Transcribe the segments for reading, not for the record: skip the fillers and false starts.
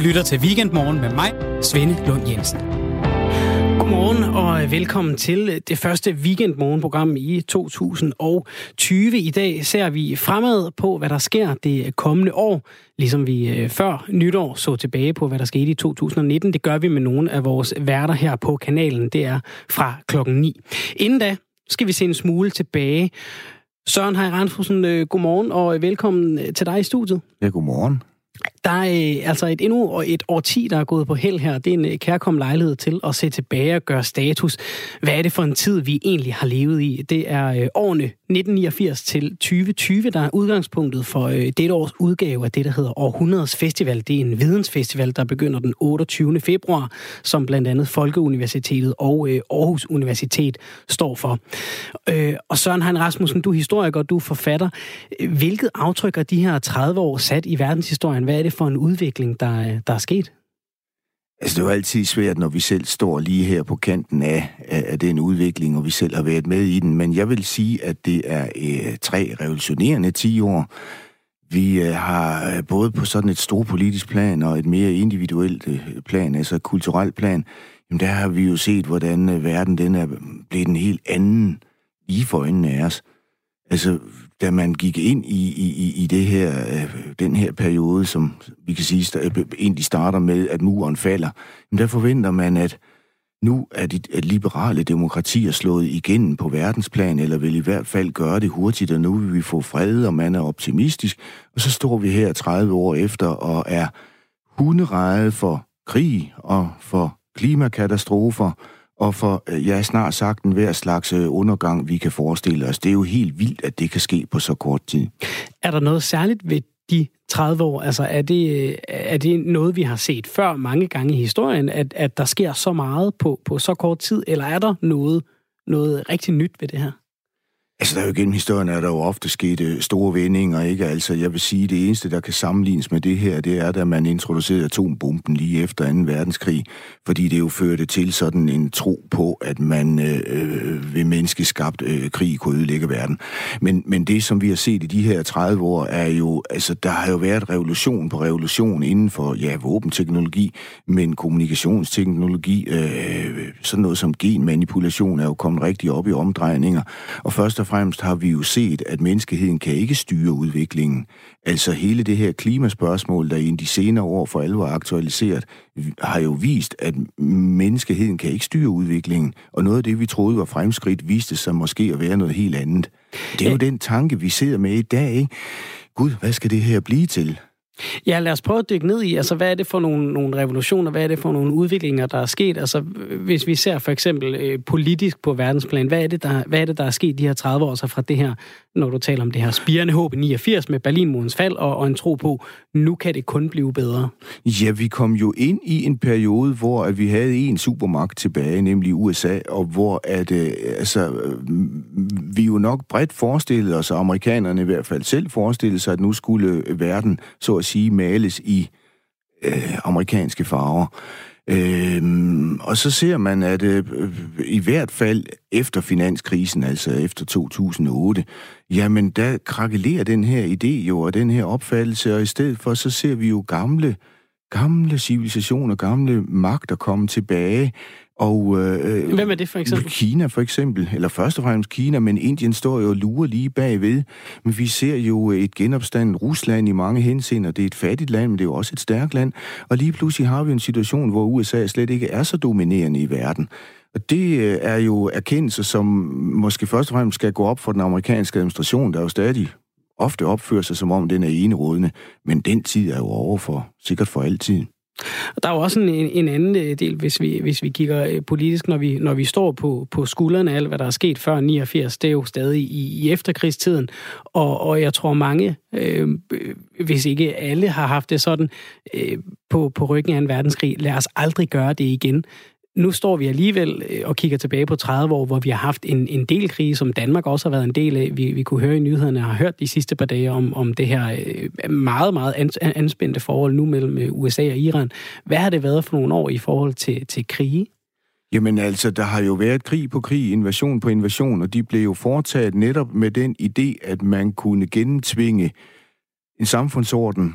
lytter til Weekendmorgen med mig, Svende Lund Jensen. Godmorgen og velkommen til det første Weekendmorgen-program i 2020. I dag ser vi fremad på, hvad der sker det kommende år, ligesom vi før nytår så tilbage på, hvad der skete i 2019. Det gør vi med nogle af vores værter her på kanalen. Det er fra klokken 9. Inden da skal vi se en smule tilbage. Søren Hej Rasmussen, godmorgen og velkommen til dig i studiet. Ja, godmorgen. Der er altså endnu et årti, der er gået på held her. Det er en kærkommen lejlighed til at se tilbage og gøre status. Hvad er det for en tid, vi egentlig har levet i? Det er årene 1989 til 2020, der er udgangspunktet for dette års udgave af det, der hedder Århundredets Festival. Det er en vidensfestival, der begynder den 28. februar, som blandt andet Folkeuniversitetet og Aarhus Universitet står for. Og Søren Hein Rasmussen, du er historiker, du er forfatter. Hvilket aftryk har de her 30 år sat i verdenshistorien? Hvad er det for en udvikling, der er sket? Altså, det er jo altid svært, når vi selv står lige her på kanten af den udvikling, og vi selv har været med i den. Men jeg vil sige, at det er 3 revolutionerende 10 år. Vi har både på sådan et stort politisk plan og et mere individuelt plan, altså et kulturelt plan, jamen der har vi jo set, hvordan verden den er blevet en helt anden lige for øjnene af os. Altså, da man gik ind i det her, den her periode, som vi kan sige egentlig starter med, at muren falder, men der forventer man, at nu er de liberale demokratier slået igennem på verdensplan, eller vil i hvert fald gøre det hurtigt, og nu vil vi få fred, og man er optimistisk. Og så står vi her 30 år efter og er hunderejet for krig og for klimakatastrofer, og for, snart sagt en hver slags undergang, vi kan forestille os. Det er jo helt vildt, at det kan ske på så kort tid. Er der noget særligt ved de 30 år? Altså, er det noget, vi har set før mange gange i historien, at der sker så meget på så kort tid? Eller er der noget rigtig nyt ved det her? Altså, der er jo gennem historien, er der jo ofte sket store vendinger, ikke? Altså, jeg vil sige, det eneste, der kan sammenlignes med det her, det er, da man introducerede atombomben lige efter 2. verdenskrig, fordi det jo førte til sådan en tro på, at man ved menneskeskabt krig kunne ødelægge verden. Men det, som vi har set i de her 30 år, er jo, altså, der har jo været revolution på revolution inden for, våbenteknologi, men kommunikationsteknologi, sådan noget som genmanipulation er jo kommet rigtig op i omdrejninger, og først og fremmest har vi jo set, at menneskeheden kan ikke styre udviklingen. Altså hele det her klimaspørgsmål, der i de senere år for alvor aktualiseret, har jo vist, at menneskeheden kan ikke styre udviklingen. Og noget af det, vi troede var fremskridt, viste sig måske at være noget helt andet. Det er jo den tanke, vi sidder med i dag, ikke? Gud, hvad skal det her blive til? Ja, lad os prøve at dykke ned i, altså hvad er det for nogle revolutioner, hvad er det for nogle udviklinger, der er sket? Altså hvis vi ser for eksempel politisk på verdensplan, hvad er det, der er sket de her 30 år så fra det her, når du taler om det her spirende håb i 89 med Berlinmurens fald og en tro på, nu kan det kun blive bedre? Ja, vi kom jo ind i en periode, hvor at vi havde en supermagt tilbage, nemlig USA, og hvor vi jo nok bredt forestillede os, og amerikanerne i hvert fald selv forestillede sig, at nu skulle verden, så at sige, males i amerikanske farver. Og så ser man, at i hvert fald efter finanskrisen, altså efter 2008, jamen der krakelerer den her idé jo, og den her opfattelse, og i stedet for, så ser vi jo gamle civilisationer, gamle magter komme tilbage. Og, hvem er det for eksempel? Kina for eksempel, eller først og fremmest Kina, men Indien står jo og lurer lige bagved. Men vi ser jo et genopstand Rusland i mange henseender. Det er et fattigt land, men det er jo også et stærkt land. Og lige pludselig har vi en situation, hvor USA slet ikke er så dominerende i verden. Og det er jo erkendelser, som måske først og fremmest skal gå op for den amerikanske administration, der jo stadig ofte opfører sig, som om den er enerådende. Men den tid er jo over for, sikkert for altid. Der er jo også en anden del, hvis vi kigger politisk, når vi står på skuldrene af alt, hvad der er sket før 89, det er jo stadig i efterkrigstiden, og jeg tror mange, hvis ikke alle har haft det sådan, på ryggen af en verdenskrig, lad os aldrig gøre det igen. Nu står vi alligevel og kigger tilbage på 30 år, hvor vi har haft en del krige, som Danmark også har været en del af. Vi kunne høre i nyhederne, har hørt de sidste par dage om det her meget, meget anspændte forhold nu mellem USA og Iran. Hvad har det været for nogle år i forhold til krige? Jamen altså, der har jo været krig på krig, invasion på invasion, og de blev jo foretaget netop med den idé, at man kunne gennemtvinge en samfundsorden,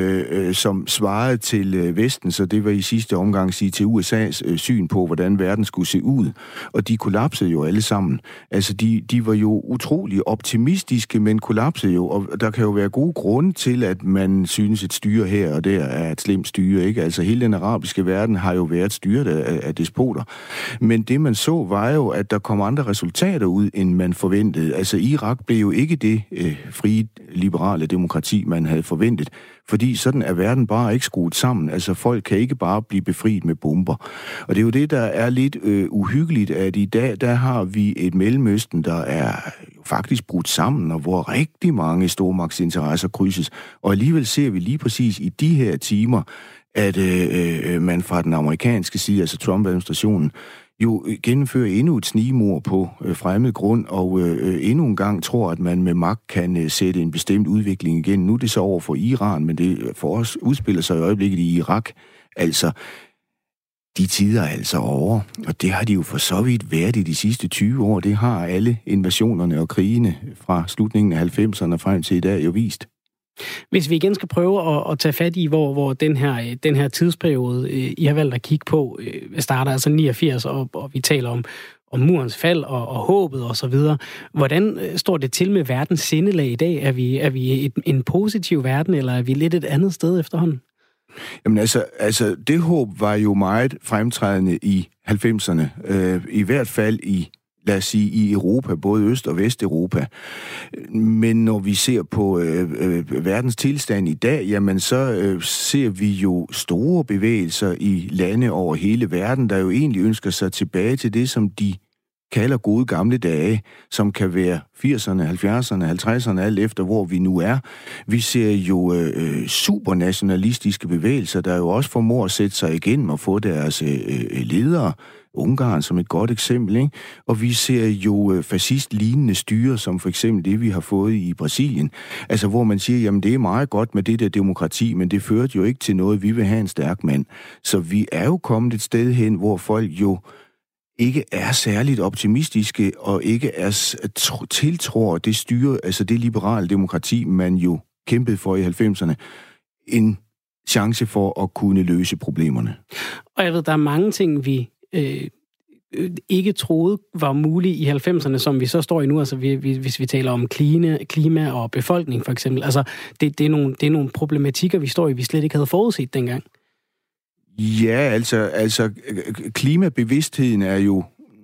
som svarede til Vesten, så det var i sidste omgang sige til USA's syn på, hvordan verden skulle se ud. Og de kollapsede jo alle sammen. Altså, de var jo utrolig optimistiske, men kollapsede jo, og der kan jo være gode grunde til, at man synes, et styre her og der er et slemt styre, ikke? Altså, hele den arabiske verden har jo været styret af despoter. Men det, man så, var jo, at der kom andre resultater ud, end man forventede. Altså, Irak blev jo ikke det frie, liberale demokrati, man havde forventet, fordi sådan er verden bare ikke skruet sammen. Altså, folk kan ikke bare blive befriet med bomber. Og det er jo det, der er lidt uhyggeligt, at i dag, der har vi et Mellemøsten, der er faktisk brudt sammen, og hvor rigtig mange stormagtsinteresser krydses. Og alligevel ser vi lige præcis i de her timer, at man fra den amerikanske side, altså Trump-administrationen, jo gennemfører endnu et snigmord på fremmed grund, og endnu en gang tror, at man med magt kan sætte en bestemt udvikling igen. Nu er det så over for Iran, men det for os udspiller sig i øjeblikket i Irak. Altså, de tider er altså over, og det har de jo for så vidt været i de sidste 20 år. Det har alle invasionerne og krigene fra slutningen af 90'erne frem til i dag jo vist. Hvis vi igen skal prøve at tage fat i, hvor den her tidsperiode, I har valgt at kigge på, starter altså 89, og vi taler om murens fald og håbet og så videre. Hvordan står det til med verdens sindelag i dag? Er vi en positiv verden, eller er vi lidt et andet sted efterhånden? Jamen altså det håb var jo meget fremtrædende i 90'erne. I hvert fald lad os sige, i Europa, både Øst- og Vesteuropa. Men når vi ser på verdens tilstand i dag, jamen så ser vi jo store bevægelser i lande over hele verden, der jo egentlig ønsker sig tilbage til det, som de kalder gode gamle dage, som kan være 80'erne, 70'erne, 50'erne, alt efter hvor vi nu er. Vi ser jo supernationalistiske bevægelser, der jo også formår at sætte sig igennem og få deres ledere, Ungarn som et godt eksempel, ikke? Og vi ser jo fascist-lignende styre, som for eksempel det, vi har fået i Brasilien. Altså, hvor man siger, jamen det er meget godt med det der demokrati, men det førte jo ikke til noget, vi vil have en stærk mand. Så vi er jo kommet et sted hen, hvor folk jo ikke er særligt optimistiske, og ikke er tiltror det styre, altså det liberale demokrati, man jo kæmpede for i 90'erne, en chance for at kunne løse problemerne. Og jeg ved, der er mange ting, vi ikke troede var mulige i 90'erne, som vi så står i nu, altså hvis vi taler om klima og befolkning for eksempel. Altså, det er nogle problematikker, vi står i, vi slet ikke havde forudset dengang. Ja, altså klimabevidstheden er jo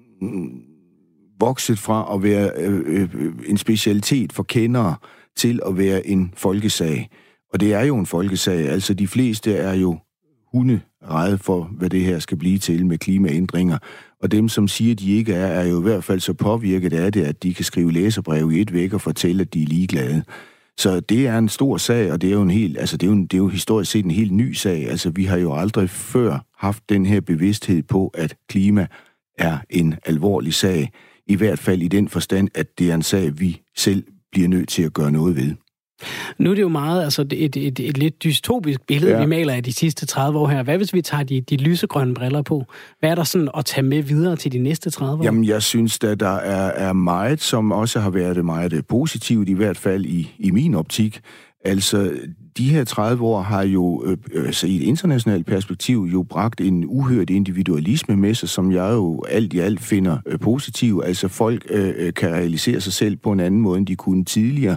vokset fra at være en specialitet for kendere til at være en folkesag. Og det er jo en folkesag. Altså de fleste er jo hunderæde for, hvad det her skal blive til med klimaændringer. Og dem, som siger, de ikke er jo i hvert fald så påvirket af det, at de kan skrive læserbrev i et væk og fortælle, at de er ligeglade. Så det er en stor sag, og det er jo det er jo historisk set en helt ny sag. Altså, vi har jo aldrig før haft den her bevidsthed på, at klima er en alvorlig sag. I hvert fald i den forstand, at det er en sag, vi selv bliver nødt til at gøre noget ved. Nu er det jo meget altså et lidt dystopisk billede, vi maler af de sidste 30 år her. Hvad hvis vi tager de lysegrønne briller på? Hvad er der sådan at tage med videre til de næste 30 år? Jamen, jeg synes, at der er meget, som også har været meget positivt, i hvert fald i min optik. Altså, de her 30 år har jo så i et internationalt perspektiv jo bragt en uhørt individualisme med sig, som jeg jo alt i alt finder positiv. Altså, folk kan realisere sig selv på en anden måde, end de kunne tidligere.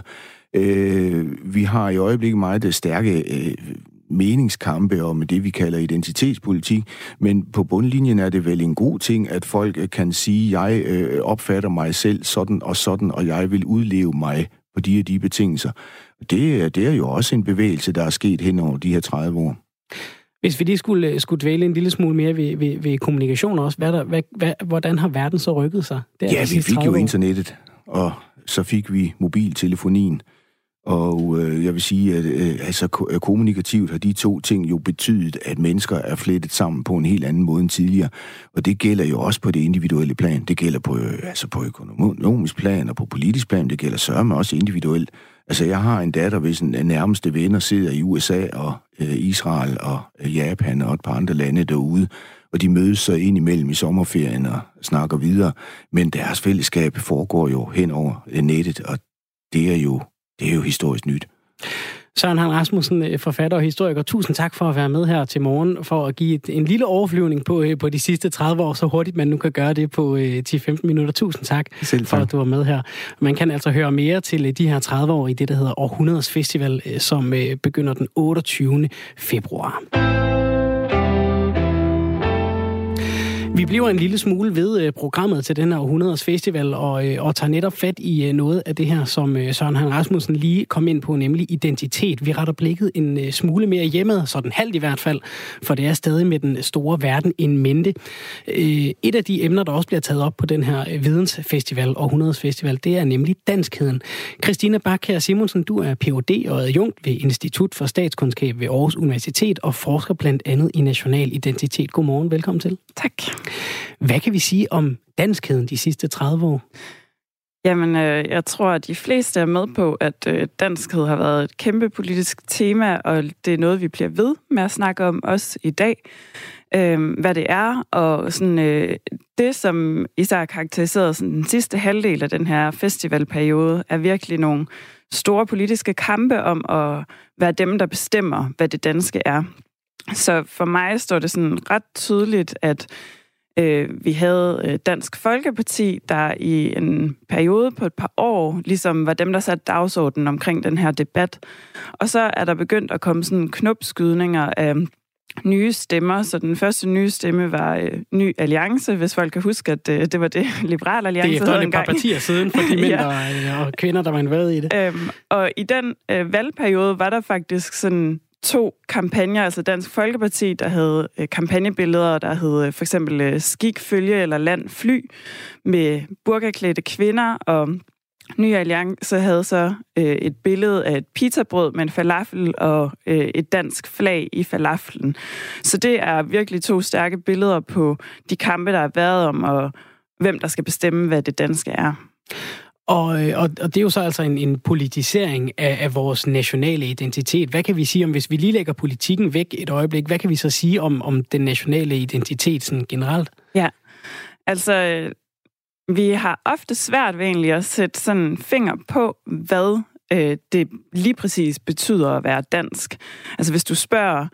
Vi har i øjeblikket meget stærke meningskampe om det, vi kalder identitetspolitik, men på bundlinjen er det vel en god ting, at folk kan sige, jeg opfatter mig selv sådan, og jeg vil udleve mig på de og de betingelser. Det er jo også en bevægelse, der er sket hen over de her 30 år. Hvis vi lige skulle dvæle en lille smule mere ved kommunikation også, hvordan har verden så rykket sig? Vi fik jo internettet, og så fik vi mobiltelefonien. Og jeg vil sige, at kommunikativt har de to ting jo betydet, at mennesker er flettet sammen på en helt anden måde end tidligere. Og det gælder jo også på det individuelle plan. Det gælder på økonomisk plan og på politisk plan. Det gælder sørme også individuelt. Altså, jeg har en datter, hvis en nærmeste venner sidder i USA og Israel og Japan og et par andre lande derude, og de mødes så indimellem i sommerferien og snakker videre. Men deres fællesskab foregår jo hen over nettet, og det er jo historisk nyt. Søren Han Rasmussen, forfatter og historiker, tusind tak for at være med her til morgen, for at give en lille overflyvning på de sidste 30 år, så hurtigt man nu kan gøre det på 10-15 minutter. Tusind tak for, at du var med her. Man kan altså høre mere til de her 30 år i det, der hedder Århundredets Festival, som begynder den 28. februar. Vi bliver en lille smule ved programmet til den her Århundredets Festival og tager netop fat i noget af det her, som Søren Han Rasmussen lige kom ind på, nemlig identitet. Vi retter blikket en smule mere hjemad, sådan halvt i hvert fald, for det er stadig med den store verden in mente. Et af de emner, der også bliver taget op på den her vidensfestival, Århundredets Festival, det er nemlig danskheden. Christina Bachkjær Simonsen, du er Ph.D. og adjunkt ved Institut for Statskundskab ved Aarhus Universitet og forsker blandt andet i national identitet. Godmorgen, velkommen til. Tak. Hvad kan vi sige om danskheden de sidste 30 år? Jamen, jeg tror, at de fleste er med på, at danskhed har været et kæmpe politisk tema, og det er noget, vi bliver ved med at snakke om også i dag. Hvad det er, og sådan, det, som især har karakteriseret sådan, den sidste halvdel af den her festivalperiode, er virkelig nogle store politiske kampe om at være dem, der bestemmer, hvad det danske er. Så for mig står det sådan ret tydeligt, at vi havde Dansk Folkeparti, der i en periode på et par år ligesom var dem, der satte dagsordenen omkring den her debat. Og så er der begyndt at komme sådan knopskydninger af nye stemmer. Så den første nye stemme var Ny Alliance, hvis folk kan huske, at det var det Liberal Alliance hed engang. Det er efterhånden et par partier siden for de mænd og kvinder, der var involveret i det. Og i den valgperiode var der faktisk sådan 2 kampagner, altså Dansk Folkeparti, der havde kampagnebilleder, der hed for eksempel skik, følge eller land, fly, med burkaklædte kvinder, og Ny Alliance havde så et billede af et pizzabrød med en falafel og et dansk flag i falafelen. Så det er virkelig 2 stærke billeder på de kampe, der har været om, og hvem der skal bestemme, hvad det danske er. Og det er jo så altså en politisering af vores nationale identitet. Hvad kan vi sige om, hvis vi lige lægger politikken væk et øjeblik, hvad kan vi så sige om den nationale identitet sådan generelt? Ja, altså vi har ofte svært ved egentlig at sætte sådan finger på, hvad det lige præcis betyder at være dansk. Altså hvis du spørger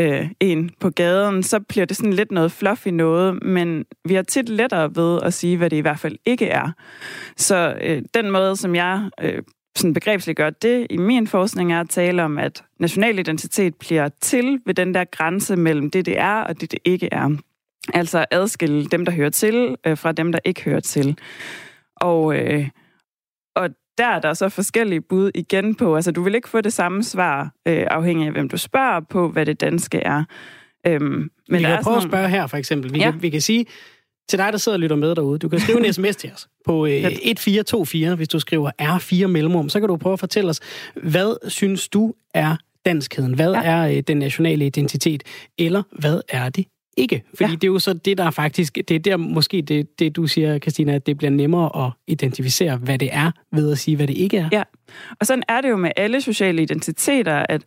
en på gaden, så bliver det sådan lidt noget fluffy noget, men vi har tit lettere ved at sige, hvad det i hvert fald ikke er. Så den måde, som jeg sådan begrebsligt gør det i min forskning, er at tale om, at national identitet bliver til ved den der grænse mellem det er og det ikke er. Altså adskille dem, der hører til, fra dem, der ikke hører til. Og der er der så forskellige bud igen på. Altså, du vil ikke få det samme svar, afhængig af, hvem du spørger på, hvad det danske er. Men vi kan prøve at spørge her, for eksempel. Vi kan sige til dig, der sidder og lytter med derude, du kan skrive en sms til os på 1424, hvis du skriver R4 mellemrum. Så kan du prøve at fortælle os, hvad synes du er danskheden? Hvad er den nationale identitet? Eller hvad er det ikke? Fordi det er jo så det, der faktisk, det er der måske det du siger, Christina, at det bliver nemmere at identificere, hvad det er, ved at sige, hvad det ikke er. Ja, og sådan er det jo med alle sociale identiteter, at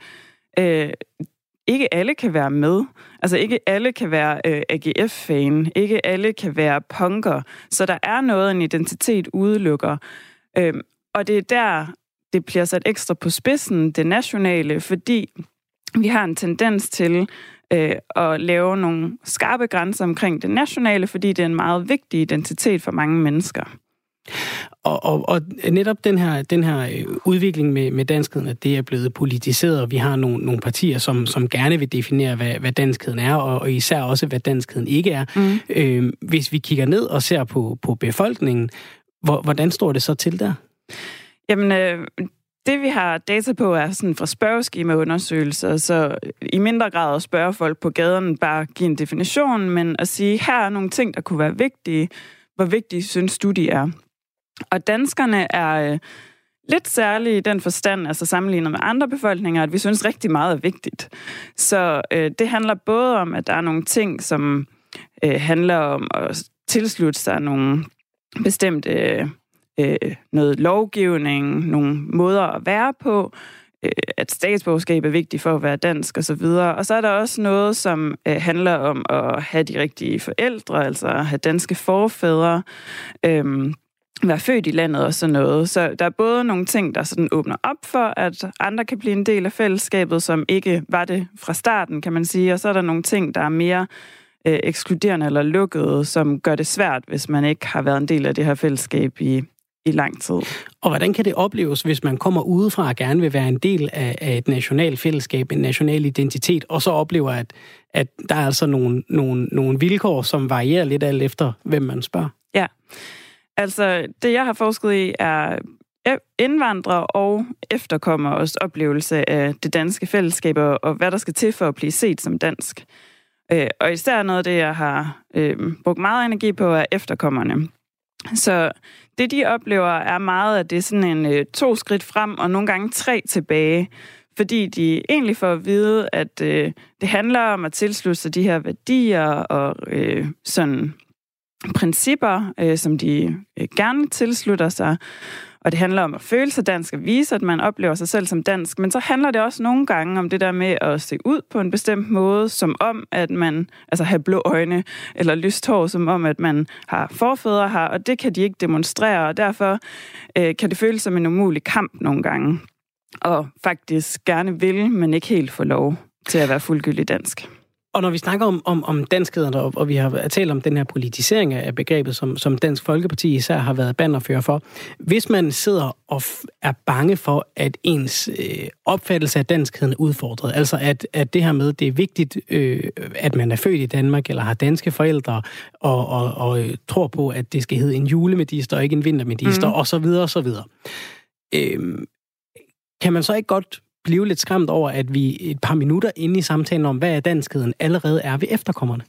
ikke alle kan være med. Altså ikke alle kan være AGF-fan, ikke alle kan være punker. Så der er noget, en identitet udelukker. Og det er der, det bliver sat ekstra på spidsen, det nationale, fordi vi har en tendens til at lave nogle skarpe grænser omkring det nationale, fordi det er en meget vigtig identitet for mange mennesker. Og netop den her udvikling med danskheden, at det er blevet politiseret, og vi har nogle partier, som gerne vil definere, hvad danskheden er, og især også, hvad danskheden ikke er. Hvis vi kigger ned og ser på befolkningen, hvordan står det så til der? Jamen, det vi har data på er sådan fra spørgeskemaundersøgelser, så i mindre grad at spørge folk på gaden, bare give en definition, men at sige, her er nogle ting, der kunne være vigtige. Hvor vigtige synes du, de er? Og danskerne er lidt særlige i den forstand, altså sammenlignet med andre befolkninger, at vi synes rigtig meget er vigtigt. Så det handler både om, at der er nogle ting, som handler om at tilslutte sig nogle bestemte noget lovgivning, nogle måder at være på, at statsborgerskab er vigtigt for at være dansk osv. Og så er der også noget, som handler om at have de rigtige forældre, altså at have danske forfædre. være født i landet og sådan noget. Så der er både nogle ting, der sådan åbner op for, at andre kan blive en del af fællesskabet, som ikke var det fra starten, kan man sige. Og så er der nogle ting, der er mere ekskluderende eller lukkede, som gør det svært, hvis man ikke har været en del af det her fællesskab i lang tid. Og hvordan kan det opleves, hvis man kommer udefra og gerne vil være en del af et nationalt fællesskab, en national identitet, og så oplever, at der er altså nogle vilkår, som varierer lidt alt efter, hvem man spørger? Ja, altså det jeg har forsket i er indvandrere og efterkommeres oplevelse af det danske fællesskab, og hvad der skal til for at blive set som dansk. Og især noget af det, jeg har brugt meget energi på, er efterkommerne. Så det, de oplever, er meget, at det er sådan en 2 skridt frem, og nogle gange 3 tilbage. Fordi de egentlig får at vide, at det handler om at tilslutte sig de her værdier og sådan principper, som de gerne tilslutter sig. Og det handler om at føle sig dansk og vise, at man oplever sig selv som dansk. Men så handler det også nogle gange om det der med at se ud på en bestemt måde, som om, at man har blå øjne eller lyst hår, som om, at man har forfædre her, og det kan de ikke demonstrere, og derfor kan det føles som en umulig kamp nogle gange. Og faktisk gerne vil, men ikke helt få lov til at være fuldgyldig dansk. Og når vi snakker om danskheden, og vi har talt om den her politisering af begrebet, som Dansk Folkeparti især har været bannerfører for. Hvis man sidder og er bange for, at ens opfattelse af danskheden er udfordret, altså at det her med, det er vigtigt, at man er født i Danmark, eller har danske forældre, og tror på, at det skal hedde en julemedister, og ikke en vintermedister, og så videre, og så videre. Kan man så ikke godt blive lidt skræmt over, at vi et par minutter inde i samtalen om, hvad er danskheden, allerede er ved efterkommerne?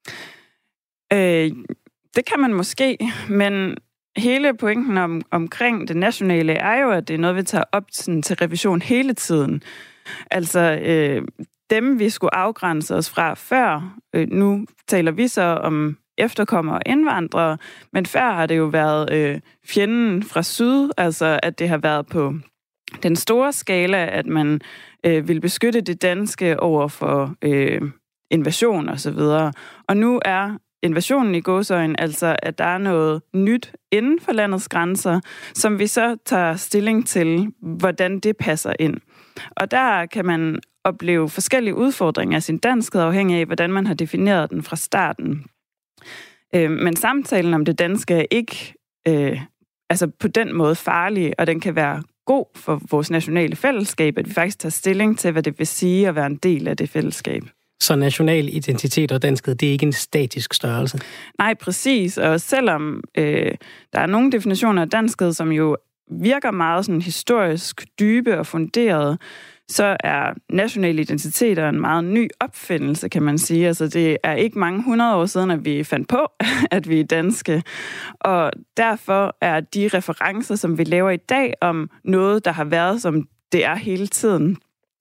Det kan man måske, men hele pointen omkring det nationale er jo, at det er noget, vi tager op sådan, til revision hele tiden. Altså dem, vi skulle afgrænse os fra før, nu taler vi så om efterkommere og indvandrere, men før har det jo været fjenden fra syd, altså at det har været på den store skala, at man vil beskytte det danske over for invasion og så videre. Og nu er invasionen i gåseøjne, altså at der er noget nyt inden for landets grænser, som vi så tager stilling til, hvordan det passer ind. Og der kan man opleve forskellige udfordringer af sin danskhed, afhængig af, hvordan man har defineret den fra starten. Men samtalen om det danske er ikke på den måde farlig, og den kan være god for vores nationale fællesskab, at vi faktisk tager stilling til, hvad det vil sige at være en del af det fællesskab. Så national identitet og danskhed, det er ikke en statisk størrelse? Nej, præcis. Og selvom der er nogle definitioner af danskhed, som jo virker meget sådan historisk dybe og funderet, så er national identitet en meget ny opfindelse, kan man sige. Altså, det er ikke mange 100 år siden, at vi fandt på, at vi er danske. Og derfor er de referencer, som vi laver i dag om noget, der har været, som det er hele tiden,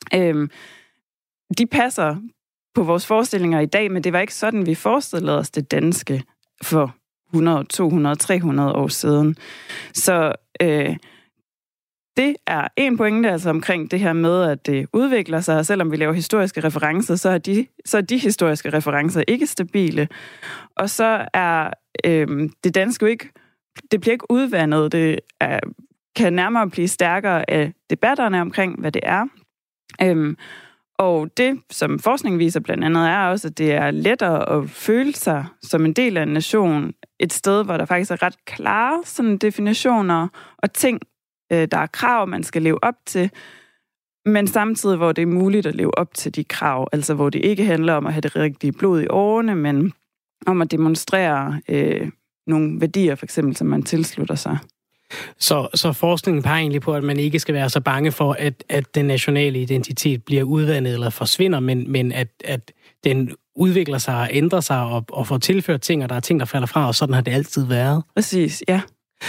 de passer på vores forestillinger i dag, men det var ikke sådan, vi forestillede os det danske for 100, 200, 300 år siden. Så det er en pointe altså omkring det her med, at det udvikler sig, og selvom vi laver historiske referencer, så er de historiske referencer ikke stabile. Og så er det danske jo ikke, det bliver ikke udvandet, det kan nærmere blive stærkere af debatterne omkring, hvad det er. Og det, som forskning viser blandt andet, er også, at det er lettere at føle sig som en del af en nation, et sted, hvor der faktisk er ret klare sådan definitioner og ting, der er krav, man skal leve op til, men samtidig, hvor det er muligt at leve op til de krav, altså hvor det ikke handler om at have det rigtige blod i årene, men om at demonstrere nogle værdier, for eksempel, som man tilslutter sig. Så forskningen peger egentlig på, at man ikke skal være så bange for, at den nationale identitet bliver udvandet eller forsvinder, men at den udvikler sig og ændrer sig og får tilført ting, og der er ting, der falder fra, og sådan har det altid været. Præcis, ja.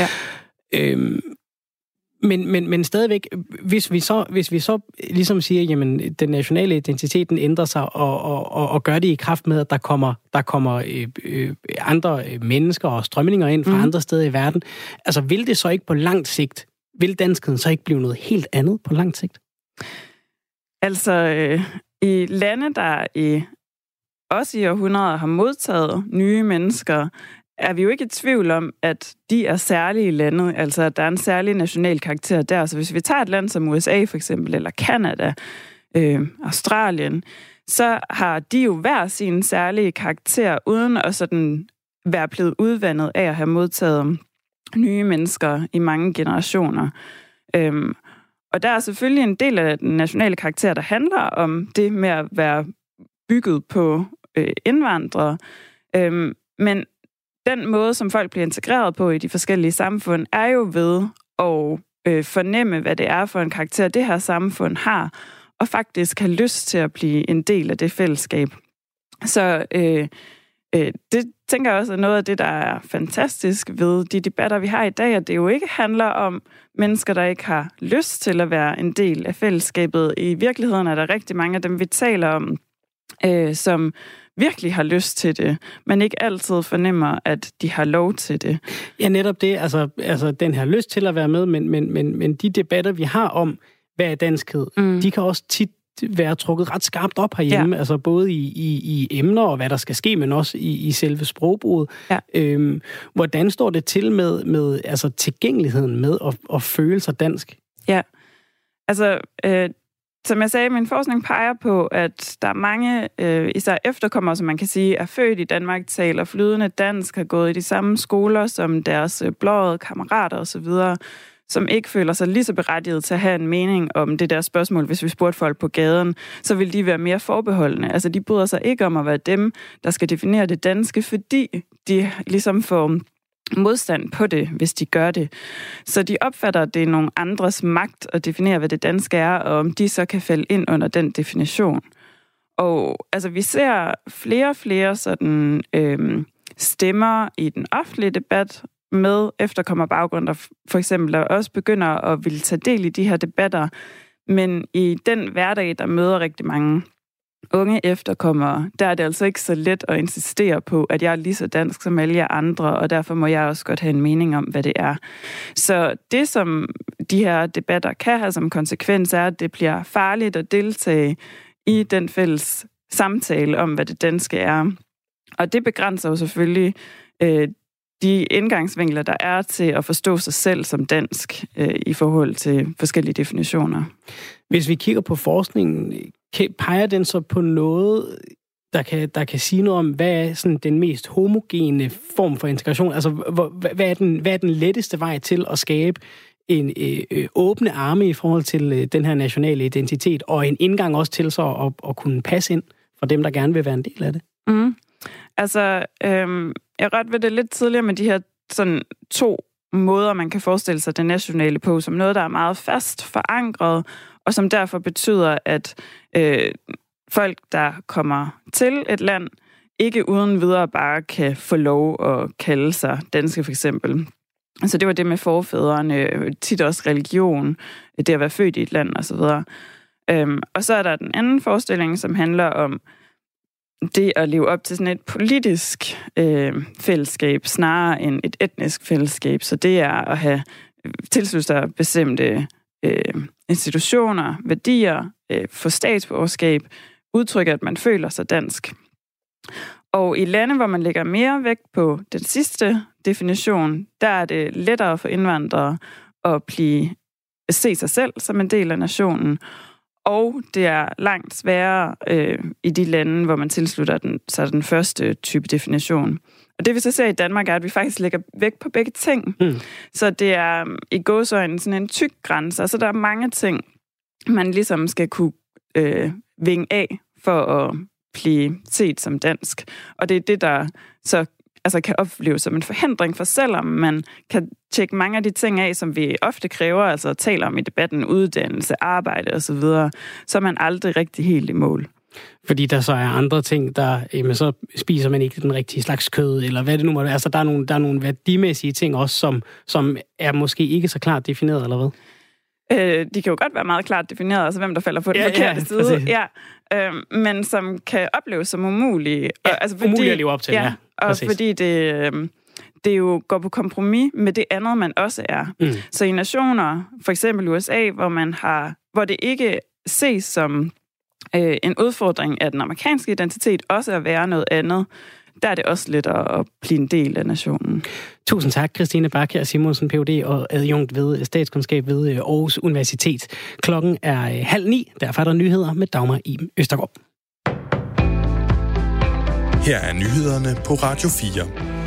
Men stadigvæk, hvis vi så ligesom siger, jamen den nationale identitet ændrer sig og gør det i kraft med, at der kommer andre mennesker og strømninger ind fra andre steder i verden, altså vil det så ikke på langt sigt, vil danskheden så ikke blive noget helt andet på langt sigt? Altså i lande, der også i århundreder har modtaget nye mennesker, er vi jo ikke i tvivl om, at de er særlige lande, altså at der er en særlig national karakter der. Så hvis vi tager et land som USA for eksempel, eller Canada, Australien, så har de jo hver sin særlige karakter, uden at sådan være blevet udvandet af at have modtaget nye mennesker i mange generationer. Og der er selvfølgelig en del af den nationale karakter, der handler om det med at være bygget på indvandrere. Men den måde, som folk bliver integreret på i de forskellige samfund, er jo ved at fornemme, hvad det er for en karakter, det her samfund har, og faktisk have lyst til at blive en del af det fællesskab. Så det tænker jeg også er noget af det, der er fantastisk ved de debatter, vi har i dag, at det jo ikke handler om mennesker, der ikke har lyst til at være en del af fællesskabet. I virkeligheden er der rigtig mange af dem, vi taler om, som virkelig har lyst til det, men ikke altid fornemmer, at de har lov til det. Ja, netop det. Altså den har lyst til at være med, men de debatter, vi har om, hvad er danskhed, de kan også tit være trukket ret skarpt op herhjemme, altså både i emner og hvad der skal ske, men også i selve sprogbruget. Ja. Hvordan står det til med altså tilgængeligheden med at føle sig dansk? Ja, altså som jeg sagde, min forskning peger på, at der er mange, især efterkommere, som man kan sige, er født i Danmark, taler flydende dansk, har gået i de samme skoler som deres blåøjede kammerater osv., som ikke føler sig lige så berettiget til at have en mening om det der spørgsmål. Hvis vi spurgte folk på gaden, så vil de være mere forbeholdende. Altså, de bryder sig ikke om at være dem, der skal definere det danske, fordi de ligesom får modstand på det, hvis de gør det. Så de opfatter, at det er nogle andres magt at definere, hvad det danske er, og om de så kan falde ind under den definition. Og altså, vi ser flere og flere sådan, stemmer i den offentlige debat med efterkommerbaggrund, der for eksempel også begynder at ville tage del i de her debatter. Men i den hverdag, der møder rigtig mange unge efterkommere, der er det altså ikke så let at insistere på, at jeg er lige så dansk som alle jer andre, og derfor må jeg også godt have en mening om, hvad det er. Så det, som de her debatter kan have som konsekvens, er, at det bliver farligt at deltage i den fælles samtale om, hvad det danske er. Og det begrænser jo selvfølgelig de indgangsvinkler, der er til at forstå sig selv som dansk i forhold til forskellige definitioner. Hvis vi kigger på forskningen, peger den så på noget, der kan sige noget om, hvad er sådan den mest homogene form for integration? Altså, hvad er den letteste vej til at skabe en åbne arme i forhold til den her nationale identitet, og en indgang også til så at kunne passe ind for dem, der gerne vil være en del af det? Mm. Altså, jeg rørte ved det lidt tidligere med de her sådan 2 måder, man kan forestille sig det nationale på, som noget, der er meget fast forankret, og som derfor betyder, at folk, der kommer til et land, ikke uden videre bare kan få lov at kalde sig danske, for eksempel. Så det var det med forfædrene, tit også religion, det at være født i et land osv. Og så er der den anden forestilling, som handler om det at leve op til sådan et politisk fællesskab, snarere end et etnisk fællesskab. Så det er at have tilslutte sig bestemte institutioner, værdier, få statsborgerskab, udtrykke, at man føler sig dansk. Og i lande, hvor man lægger mere vægt på den sidste definition, der er det lettere for indvandrere at se sig selv som en del af nationen, og det er langt sværere i de lande, hvor man tilslutter den første type definition. Og det vi så ser i Danmark er, at vi faktisk lægger vægt på begge ting. Så det er i gåseøjne sådan en tyk grænse. Altså der er mange ting, man ligesom skal kunne vinge af for at blive set som dansk. Og det er det, der så kan opleves som en forhindring, for selvom man kan tjekke mange af de ting af, som vi ofte kræver, altså taler om i debatten, uddannelse, arbejde osv., så er man aldrig rigtig helt i mål. Fordi der så er andre ting, der så spiser man ikke den rigtige slags kød, eller hvad det nu må være. Altså der er nogle værdimæssige ting også, som er måske ikke så klart defineret, eller hvad? De kan jo godt være meget klart defineret, altså hvem der falder på den forkerte side. Ja, men som kan opleves som umulige. Ja, altså fordi, umulige at leve op til, ja. Og præcis. Fordi det jo går på kompromis med det andet, man også er. Så i nationer, for eksempel USA, hvor det ikke ses som en udfordring af den amerikanske identitet, også at være noget andet, der er det også let at blive en del af nationen. Tusind tak, Christine Bakker Simonsen, Ph.D. og adjunkt ved statskundskab ved Aarhus Universitet. Klokken er 8:30, derfor er der nyheder med Dagmar Iben Østergaard. Her er nyhederne på Radio 4.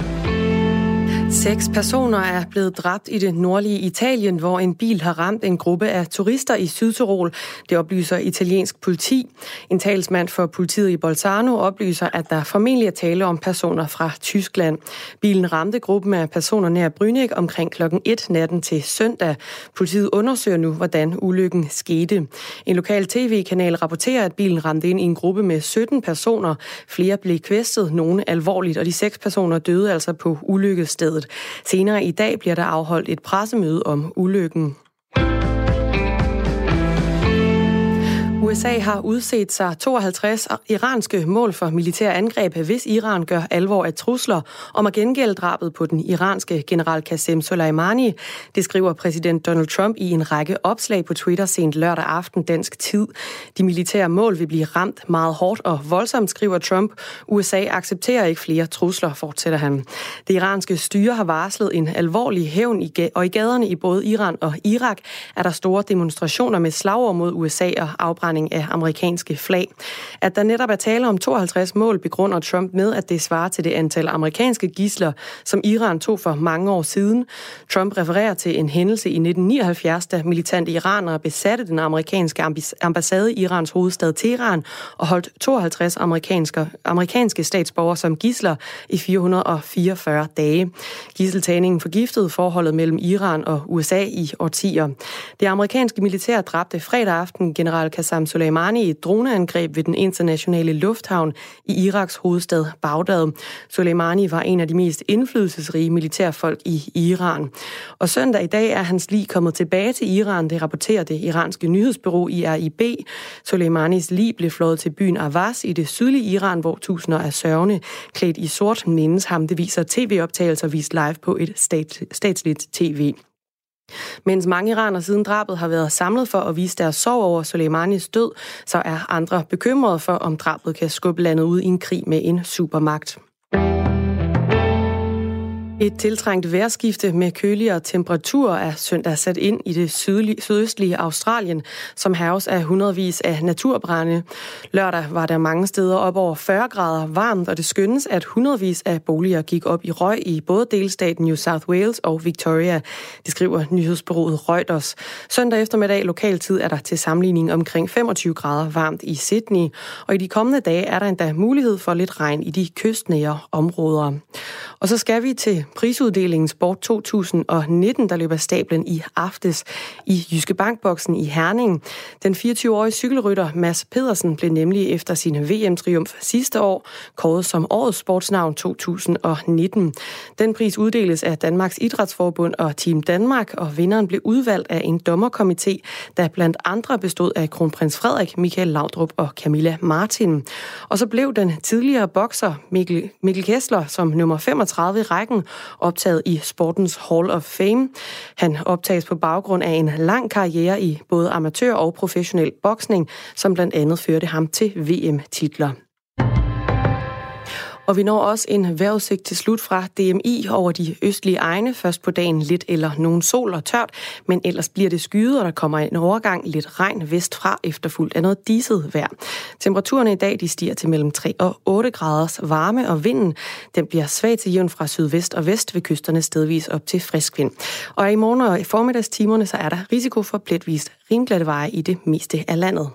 6 personer er blevet dræbt i det nordlige Italien, hvor en bil har ramt en gruppe af turister i Sydtyrol. Det oplyser italiensk politi. En talsmand for politiet i Bolzano oplyser, at der formentlig er tale om personer fra Tyskland. Bilen ramte gruppen af personer nær Brünig omkring klokken 1 natten til søndag. Politiet undersøger nu, hvordan ulykken skete. En lokal tv-kanal rapporterer, at bilen ramte ind i en gruppe med 17 personer. Flere blev kvæstet, nogle alvorligt, og de 6 personer døde altså på ulykkesstedet. Senere i dag bliver der afholdt et pressemøde om ulykken. USA har udset sig 52 iranske mål for militære angreb, hvis Iran gør alvor af trusler om at gengælde drabet på den iranske general Qasem Soleimani. Det skriver præsident Donald Trump i en række opslag på Twitter sent lørdag aften dansk tid. De militære mål vil blive ramt meget hårdt og voldsomt, skriver Trump. USA accepterer ikke flere trusler, fortsætter han. Det iranske styre har varslet en alvorlig hævn, og i gaderne i både Iran og Irak er der store demonstrationer med slagord mod USA og afbrænding af amerikanske flag. At der netop er tale om 52 mål, begrunder Trump med, at det svarer til det antal amerikanske gidsler, som Iran tog for mange år siden. Trump refererer til en hændelse i 1979, da militante iranere besatte den amerikanske ambassade i Irans hovedstad Teheran og holdt 52 amerikanske statsborgere som gidsler i 444 dage. Gidseltagningen forgiftede forholdet mellem Iran og USA i årtier. Det amerikanske militær dræbte fredag aften general Qasem Soleimani i et droneangreb ved den internationale lufthavn i Iraks hovedstad Bagdad. Soleimani var en af de mest indflydelsesrige militærfolk i Iran. Og søndag i dag er hans lig kommet tilbage til Iran, det rapporterer det iranske nyhedsbureau IRIB. Soleimanis lig blev fløjet til byen Avaz i det sydlige Iran, hvor tusinder af sørgende klædt i sort mindes ham. Det viser tv-optagelser vist live på et statsligt tv. Mens mange iranere siden drabet har været samlet for at vise deres sorg over Soleimanis død, så er andre bekymrede for, om drabet kan skubbe landet ud i en krig med en supermagt. Et tiltrængt vejrskifte med køligere temperaturer er søndag sat ind i det sydøstlige Australien, som hærges af hundredvis af naturbrande. Lørdag var der mange steder op over 40 grader varmt, og det skønnes, at hundredvis af boliger gik op i røg i både delstaten New South Wales og Victoria. Det skriver nyhedsbureauet Reuters. Søndag eftermiddag lokaltid er der til sammenligning omkring 25 grader varmt i Sydney, og i de kommende dage er der endda mulighed for lidt regn i de kystnære områder. Og så skal vi til prisuddelingen Sport 2019, der løber stablen i aftes i Jyske Bankboksen i Herning. Den 24-årige cykelrytter Mads Pedersen blev nemlig efter sin VM-triumf sidste år kåret som årets sportsnavn 2019. Den pris uddeles af Danmarks Idrætsforbund og Team Danmark, og vinderen blev udvalgt af en dommerkomité, der blandt andre bestod af kronprins Frederik, Michael Laudrup og Camilla Martin. Og så blev den tidligere bokser Mikkel Kessler som nummer 35 i rækken optaget i Sportens Hall of Fame. Han optages på baggrund af en lang karriere i både amatør og professionel boksning, som blandt andet førte ham til VM-titler. Og vi når også en vejrudsigt til slut fra DMI over de østlige egne. Først på dagen lidt eller nogen sol og tørt, men ellers bliver det skyet, og der kommer en overgang lidt regn vestfra, efterfulgt af noget diset vejr. Temperaturerne i dag de stiger til mellem 3 og 8 graders varme, og vinden den bliver svag til jævn fra sydvest og vest ved kysterne stedvis op til frisk vind. Og i morgen og i formiddagstimerne så er der risiko for pletvis rimglatte veje i det meste af landet.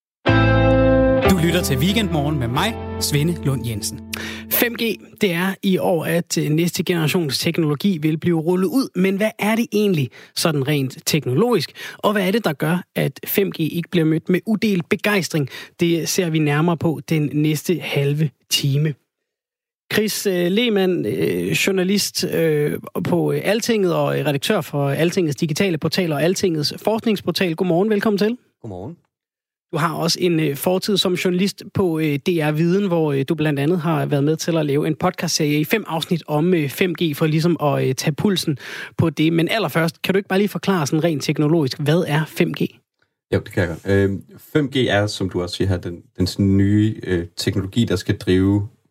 Du lytter til Weekendmorgen med mig, Svende Lund Jensen. 5G, det er i år, at næste generations teknologi vil blive rullet ud. Men hvad er det egentlig sådan rent teknologisk? Og hvad er det, der gør, at 5G ikke bliver mødt med udelt begejstring? Det ser vi nærmere på den næste halve time. Chris Lehmann, journalist på Altinget og redaktør for Altingets digitale portal og Altingets forskningsportal. Godmorgen, velkommen til. Godmorgen. Du har også en fortid som journalist på DR Viden, hvor du blandt andet har været med til at lave en podcastserie i 5 afsnit om 5G, for ligesom at tage pulsen på det. Men allerførst, kan du ikke bare lige forklare sådan rent teknologisk, hvad er 5G? Jo, det kan jeg godt. 5G er, som du også siger her, den nye teknologi, der skal drive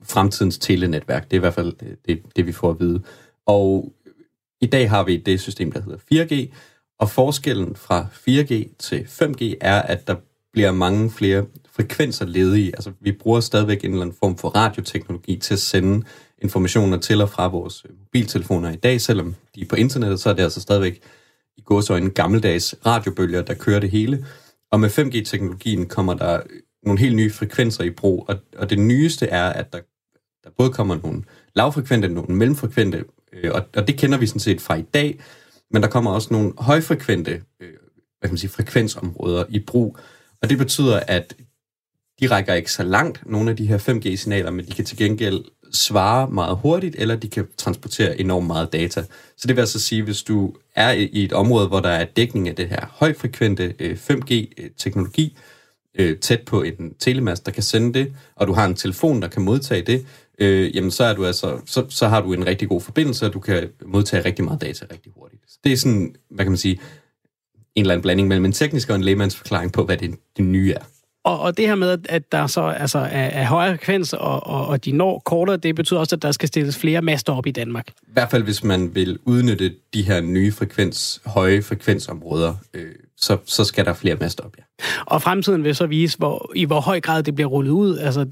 fremtidens telenetværk. Det er i hvert fald det, vi får at vide. Og i dag har vi det system, der hedder 4G, og forskellen fra 4G til 5G er, at der bliver mange flere frekvenser ledige. Altså, vi bruger stadigvæk en eller anden form for radioteknologi til at sende informationer til og fra vores mobiltelefoner i dag. Selvom de er på internettet, så er det altså stadigvæk i gåseøjne gammeldags radiobølger, der kører det hele. Og med 5G-teknologien kommer der nogle helt nye frekvenser i brug, og det nyeste er, at der både kommer nogle lavfrekvente, nogle mellemfrekvente, og det kender vi sådan set fra i dag, men der kommer også nogle højfrekvente frekvensområder i brug, og det betyder, at de rækker ikke så langt, nogle af de her 5G-signaler, men de kan til gengæld svare meget hurtigt, eller de kan transportere enormt meget data. Så det vil altså sige, hvis du er i et område, hvor der er dækning af det her højfrekvente 5G-teknologi, tæt på en telemast, der kan sende det, og du har en telefon, der kan modtage det, jamen så er du så har du en rigtig god forbindelse, og du kan modtage rigtig meget data rigtig hurtigt. Så det er sådan, hvad kan man sige, en eller anden blanding mellem en teknisk og en lægemandsforklaring på, hvad det nye er. Og det her med, at der så altså er højere frekvens, og de når kortere, det betyder også, at der skal stilles flere master op i Danmark. I hvert fald, hvis man vil udnytte de her nye høje frekvensområder, så skal der flere master op, ja. Og fremtiden vil så vise, i hvor høj grad det bliver rullet ud. Altså,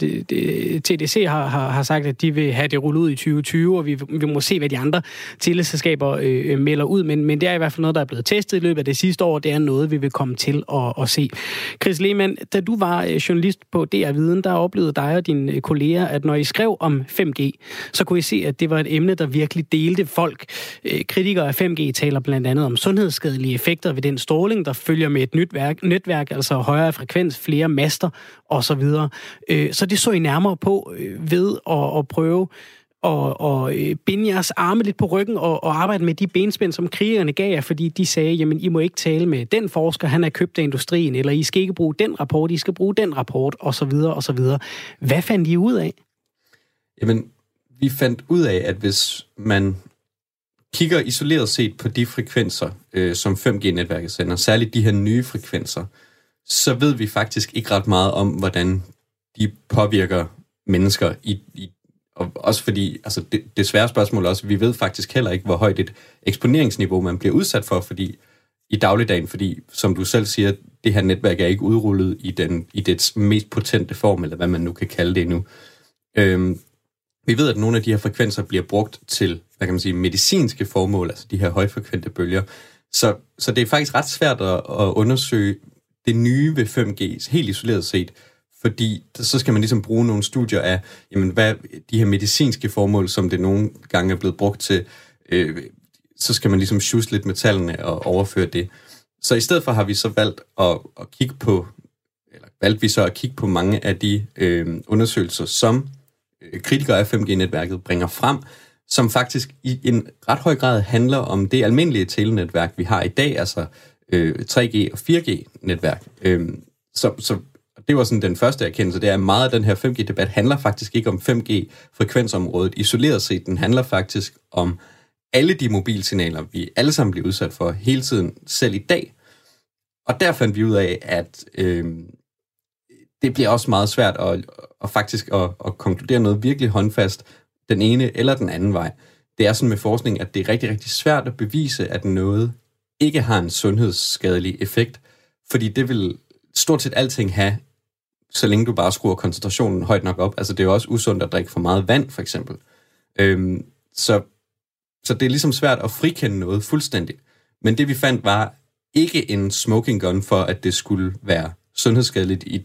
TDC har sagt, at de vil have det rullet ud i 2020, og vi må se, hvad de andre teleselskaber melder ud. Men det er i hvert fald noget, der er blevet testet i løbet af det sidste år. Det er noget, vi vil komme til at se. Chris Lehmann, da du var journalist på DR Viden, der oplevede dig og dine kolleger, at når I skrev om 5G, så kunne I se, at det var et emne, der virkelig delte folk. Kritikere af 5G taler blandt andet om sundhedsskadelige effekter ved den stråling, der følger med et netværk, altså højere frekvens, flere master osv. Så det så I nærmere på ved at prøve at binde jeres arme lidt på ryggen og arbejde med de benspænd, som kritikerne gav jer, fordi de sagde, jamen I må ikke tale med den forsker, han er købt af industrien, eller I skal ikke bruge den rapport, I skal bruge den rapport, osv. osv. Hvad fandt I ud af? Jamen, vi fandt ud af, at hvis man kigger isoleret set på de frekvenser, som 5G-netværket sender, særligt de her nye frekvenser, så ved vi faktisk ikke ret meget om, hvordan de påvirker mennesker og også fordi, altså det svære spørgsmål også, vi ved faktisk heller ikke, hvor højt et eksponeringsniveau man bliver udsat for, fordi i dagligdagen, fordi som du selv siger, det her netværk er ikke udrullet i dets mest potente form, eller hvad man nu kan kalde det endnu. Vi ved, at nogle af de her frekvenser bliver brugt til, hvad kan man sige, medicinske formål, altså de her højfrekvente bølger. Så det er faktisk ret svært at undersøge det nye ved 5G, helt isoleret set, fordi så skal man ligesom bruge nogle studier af, jamen, hvad de her medicinske formål, som det nogle gange er blevet brugt til, så skal man ligesom sjusle lidt med tallene og overføre det. Så i stedet for har vi så valgt at kigge på, eller valgte vi så at kigge på mange af de undersøgelser, som kritikere af 5G-netværket bringer frem, som faktisk i en ret høj grad handler om det almindelige telenetværk, vi har i dag, altså 3G- og 4G-netværk. Så det var sådan den første erkendelse, det er, at meget af den her 5G-debat handler faktisk ikke om 5G-frekvensområdet isoleret set, den handler faktisk om alle de mobilsignaler, vi alle sammen bliver udsat for hele tiden, selv i dag. Og der fandt vi ud af, at det bliver også meget svært at konkludere noget virkelig håndfast den ene eller den anden vej. Det er sådan med forskning, at det er rigtig, rigtig svært at bevise, at noget ikke har en sundhedsskadelig effekt, fordi det vil stort set alting have, så længe du bare skruer koncentrationen højt nok op. Altså det er jo også usundt at drikke for meget vand, for eksempel. Så det er ligesom svært at frikende noget fuldstændigt. Men det vi fandt var ikke en smoking gun for, at det skulle være sundhedsskadeligt i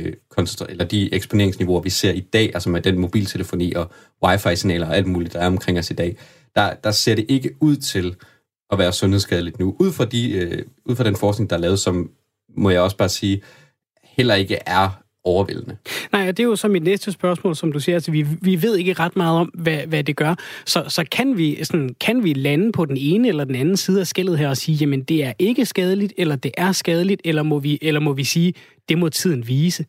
de eksponeringsniveauer, vi ser i dag, altså med den mobiltelefoni og wifi-signaler og alt muligt, der er omkring os i dag. Der ser det ikke ud til at være sundhedsskadeligt nu. Ud fra den forskning, der er lavet, som må jeg også bare sige, heller ikke er overvældende. Nej, og det er jo så mit næste spørgsmål, som du siger. Altså, vi ved ikke ret meget om, hvad det gør. Så kan vi lande på den ene eller den anden side af skellet her og sige, jamen det er ikke skadeligt, eller det er skadeligt, eller må vi sige, det må tiden vise?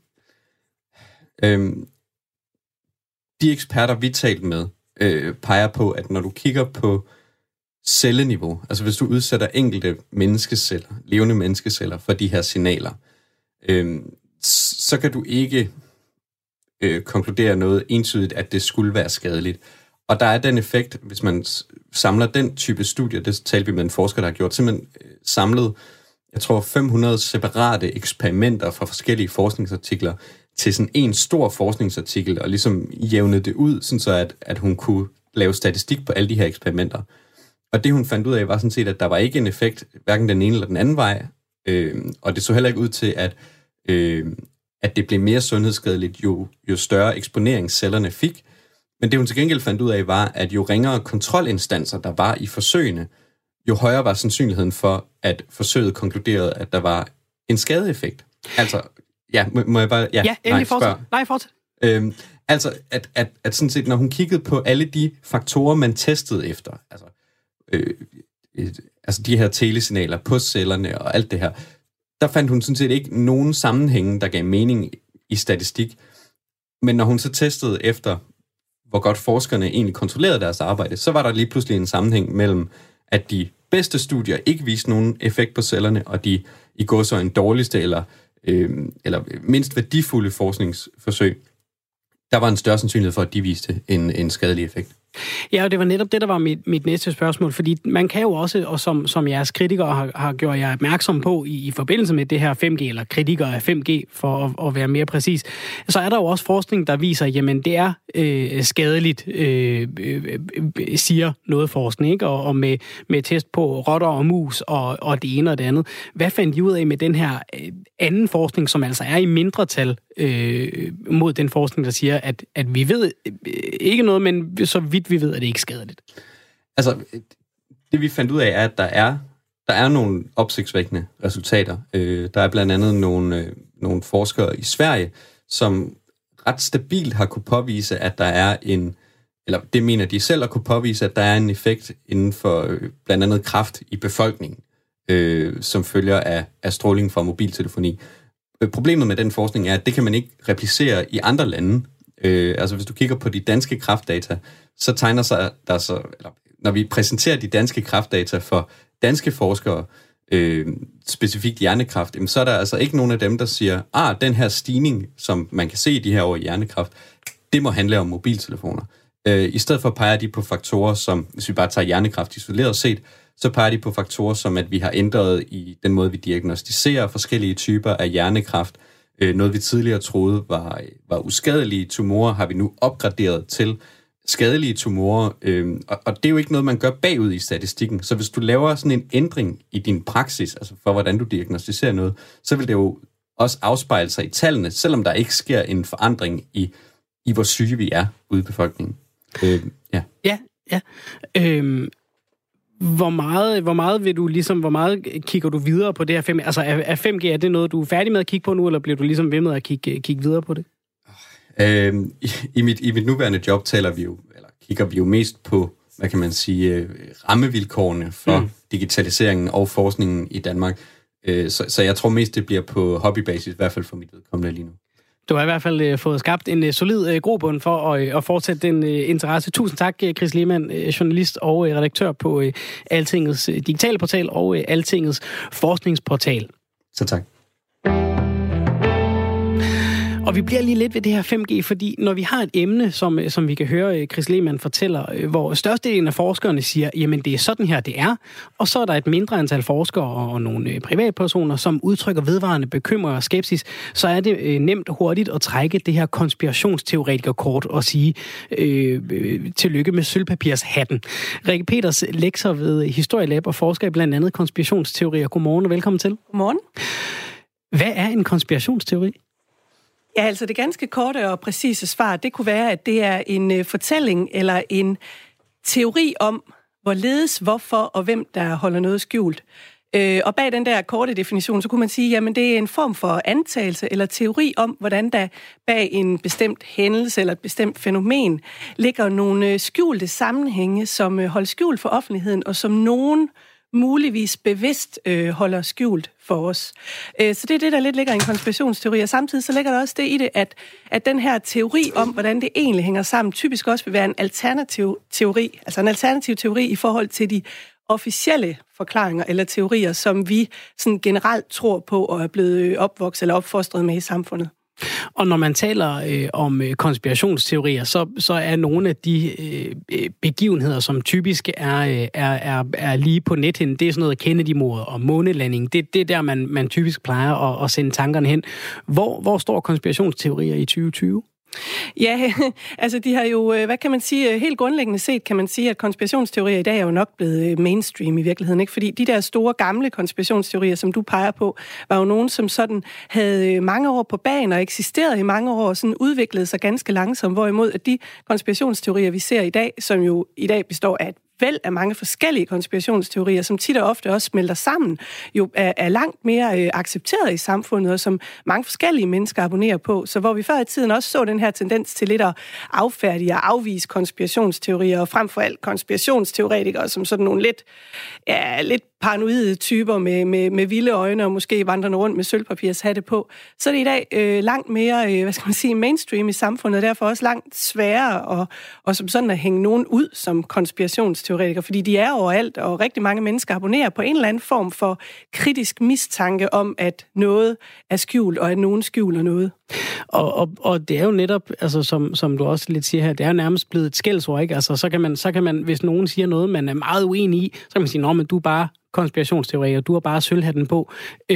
De eksperter, vi talte med, peger på, at når du kigger på celleniveau, altså hvis du udsætter enkelte menneskeceller, levende menneskeceller for de her signaler, så kan du ikke konkludere noget entydigt, at det skulle være skadeligt. Og der er den effekt, hvis man samler den type studier, det talte vi med en forsker, der har gjort, simpelthen samlet, jeg tror, 500 separate eksperimenter fra forskellige forskningsartikler til sådan en stor forskningsartikel, og ligesom jævnede det ud, sådan så at hun kunne lave statistik på alle de her eksperimenter. Og det, hun fandt ud af, var sådan set, at der var ikke en effekt, hverken den ene eller den anden vej, og det så heller ikke ud til, at det blev mere sundhedsskadeligt, jo større eksponering cellerne fik. Men det, hun til gengæld fandt ud af, var, at jo ringere kontrolinstanser, der var i forsøgene, jo højere var sandsynligheden for, at forsøget konkluderede, at der var en skadeeffekt. Altså, ja, må jeg bare... Ja, endelig fortsæt. Nej, fortsæt. Altså, at sådan set, når hun kiggede på alle de faktorer, man testede efter, altså de her telesignaler på cellerne og alt det her, der fandt hun sådan set ikke nogen sammenhænge, der gav mening i statistik. Men når hun så testede efter, hvor godt forskerne egentlig kontrollerede deres arbejde, så var der lige pludselig en sammenhæng mellem, at de bedste studier ikke viste nogen effekt på cellerne, og de i gåseøjne dårligste eller mindst værdifulde forskningsforsøg, der var en større sandsynlighed for, at de viste en skadelig effekt. Ja, og det var netop det, der var mit næste spørgsmål, fordi man kan jo også, og som jeres kritikere har gjort jer opmærksom på i forbindelse med det her 5G, eller kritikere af 5G, for at være mere præcis, så er der jo også forskning, der viser, jamen det er skadeligt, siger noget forskning, ikke? Og med test på rotter og mus og det ene og det andet. Hvad fandt I ud af med den her anden forskning, som altså er i mindretal mod den forskning, der siger, at vi ved ikke noget, men så vidt vi ved, at det ikke er skadeligt? Altså, det vi fandt ud af er, at der er nogle opsigtsvækkende resultater. Der er blandt andet nogle forskere i Sverige, som ret stabilt har kunne påvise, at der er eller det mener de selv at kunne påvise, at der er en effekt inden for blandt andet kræft i befolkningen, som følger af stråling fra mobiltelefoni. Problemet med den forskning er, at det kan man ikke replicere i andre lande. Altså hvis du kigger på de danske kræftdata, så tegner sig der så, eller når vi præsenterer de danske kræftdata for danske forskere, specifikt hjernekræft, så er der altså ikke nogen af dem, der siger, den her stigning, som man kan se i de her år i hjernekræft, det må handle om mobiltelefoner. I stedet for peger de på faktorer, som, hvis vi bare tager hjernekræft isoleret set, så peger de på faktorer, som at vi har ændret i den måde, vi diagnostiserer forskellige typer af hjernekræft. Noget, vi tidligere troede var uskadelige tumorer, har vi nu opgraderet til skadelige tumorer. Og det er jo ikke noget, man gør bagud i statistikken. Så hvis du laver sådan en ændring i din praksis, altså for hvordan du diagnostiserer noget, så vil det jo også afspejle sig i tallene, selvom der ikke sker en forandring i hvor syge vi er ude i befolkningen. Ja. Hvor meget kigger du videre på det her 5G? Altså er 5G, er det noget, du er færdig med at kigge på nu, eller bliver du ligesom ved med at kigge videre på det? I mit nuværende job kigger vi jo mest på, hvad kan man sige, rammevilkårene for digitaliseringen og forskningen i Danmark. Så jeg tror mest, det bliver på hobbybasis, i hvert fald for mit vedkommende lige nu. Du har i hvert fald fået skabt en solid grobund for at fortsætte den interesse. Tusind tak, Chris Lehmann, journalist og redaktør på Altingets digitale portal og Altingets forskningsportal. Så tak. Og vi bliver lige lidt ved det her 5G, fordi når vi har et emne, som vi kan høre Chris Lehmann fortæller, hvor størstedelen af forskerne siger, jamen det er sådan her, det er, og så er der et mindre antal forskere og nogle privatpersoner, som udtrykker vedvarende bekymring og skepsis, så er det nemt hurtigt at trække det her konspirationsteoretikerkort og sige tillykke med sølvpapirshatten. Rikke Peters, lektor ved Historielab og forsker i blandt andet konspirationsteorier. Godmorgen og velkommen til. Godmorgen. Hvad er en konspirationsteori? Ja, altså det ganske korte og præcise svar, det kunne være, at det er en fortælling eller en teori om, hvorledes, hvorfor og hvem, der holder noget skjult. Og bag den der korte definition, så kunne man sige, jamen det er en form for antagelse eller teori om, hvordan der bag en bestemt hændelse eller et bestemt fænomen ligger nogle skjulte sammenhænge, som holder skjult for offentligheden, og som nogen muligvis bevidst holder skjult for os. Så det er det, der lidt ligger i en konspirationsteori, og samtidig så ligger der også det i det, at den her teori om, hvordan det egentlig hænger sammen, typisk også vil være en alternativ teori, altså en alternativ teori i forhold til de officielle forklaringer eller teorier, som vi sådan generelt tror på og er blevet opvokset eller opfostret med i samfundet. Og når man taler om konspirationsteorier, så er nogle af de begivenheder, som typisk er lige på nethinden, det er sådan noget Kennedy-mordet og månelanding. Det er der, man typisk plejer at sende tankerne hen. Hvor står konspirationsteorier i 2020? Ja, altså de har jo, hvad kan man sige, helt grundlæggende set kan man sige, at konspirationsteorier i dag er jo nok blevet mainstream i virkeligheden, ikke? Fordi de der store gamle konspirationsteorier, som du peger på, var jo nogen, som sådan havde mange år på bagen og eksisteret i mange år og sådan udviklede sig ganske langsomt, hvorimod at de konspirationsteorier, vi ser i dag, som jo i dag består af væld af mange forskellige konspirationsteorier, som tit og ofte også smelter sammen, jo er langt mere accepteret i samfundet, og som mange forskellige mennesker abonnerer på. Så hvor vi før i tiden også så den her tendens til lidt at affærdige og afvise konspirationsteorier, og frem for alt konspirationsteoretikere, som sådan nogle lidt paranoide typer med vilde øjne og måske vandrende rundt med sølvpapirshatte på, så er det i dag langt mere, mainstream i samfundet, og derfor også langt sværere og som sådan at hænge nogen ud som konspirationsteoretikere, fordi de er overalt, og rigtig mange mennesker abonnerer på en eller anden form for kritisk mistanke om, at noget er skjult, og at nogen skjuler noget. Og det er jo netop, altså som du også lidt siger her, det er jo nærmest blevet et skældsord, ikke? Altså så kan man, hvis nogen siger noget, man er meget uenig i, så kan man sige, nå, men du er bare konspirationsteorier, du har bare sølvhatten på,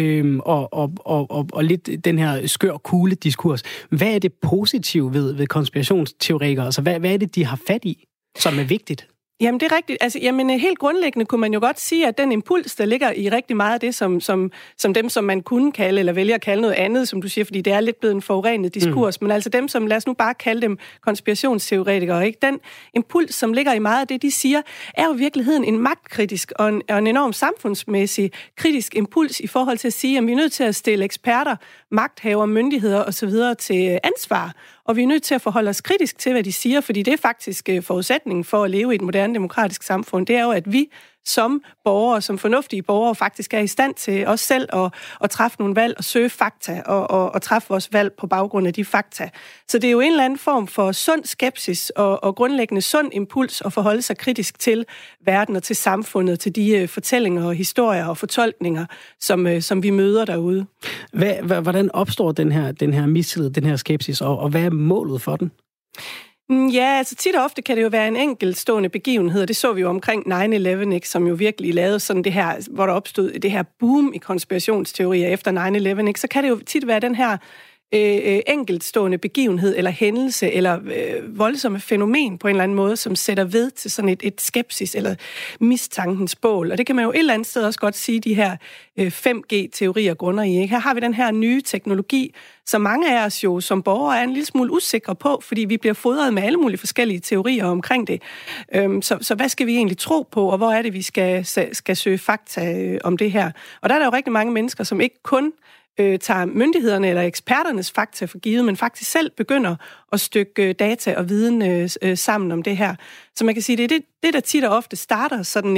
og lidt den her skør kugle diskurs. Hvad er det positive ved konspirationsteoretikere? Altså hvad er det, de har fat i, som er vigtigt? Jamen, det er rigtigt. Altså, helt grundlæggende kunne man jo godt sige, at den impuls, der ligger i rigtig meget af det, som dem, som man kunne kalde, eller vælger at kalde noget andet, som du siger, fordi det er lidt blevet en forurenet diskurs, men altså dem, som lad os nu bare kalde dem konspirationsteoretikere, ikke? Den impuls, som ligger i meget af det, de siger, er jo i virkeligheden en magtkritisk og en enorm samfundsmæssig kritisk impuls i forhold til at sige, at vi er nødt til at stille eksperter, magthavere, myndigheder osv. til ansvar. Og vi er nødt til at forholde os kritisk til, hvad de siger, fordi det er faktisk forudsætningen for at leve i et moderne demokratisk samfund. Det er jo, at vi som borgere, som fornuftige borgere, faktisk er i stand til os selv at træffe nogle valg og søge fakta og træffe vores valg på baggrund af de fakta. Så det er jo en eller anden form for sund skepsis og grundlæggende sund impuls at forholde sig kritisk til verden og til samfundet, til de fortællinger og historier og fortolkninger, som vi møder derude. Hvordan opstår den her mistillid, den her skepsis, og hvad er målet for den? Ja, altså tit og ofte kan det jo være en enkeltstående begivenhed, og det så vi jo omkring 9/11, ikke, som jo virkelig lavede sådan det her, hvor der opstod det her boom i konspirationsteorier efter 9/11, ikke, så kan det jo tit være den her enkeltstående begivenhed eller hændelse eller voldsomme fænomen på en eller anden måde, som sætter ved til sådan et skepsis eller mistankens bål. Og det kan man jo et eller andet sted også godt sige, de her 5G-teorier grunder i. Ikke? Her har vi den her nye teknologi, som mange af os jo som borgere er en lille smule usikre på, fordi vi bliver fodret med alle mulige forskellige teorier omkring det. Så hvad skal vi egentlig tro på, og hvor er det, vi skal søge fakta om det her? Og der er der jo rigtig mange mennesker, som ikke kun tager myndighederne eller eksperternes fakta for givet, men faktisk selv begynder at stykke data og viden sammen om det her. Så man kan sige, det er det der tit og ofte starter sådan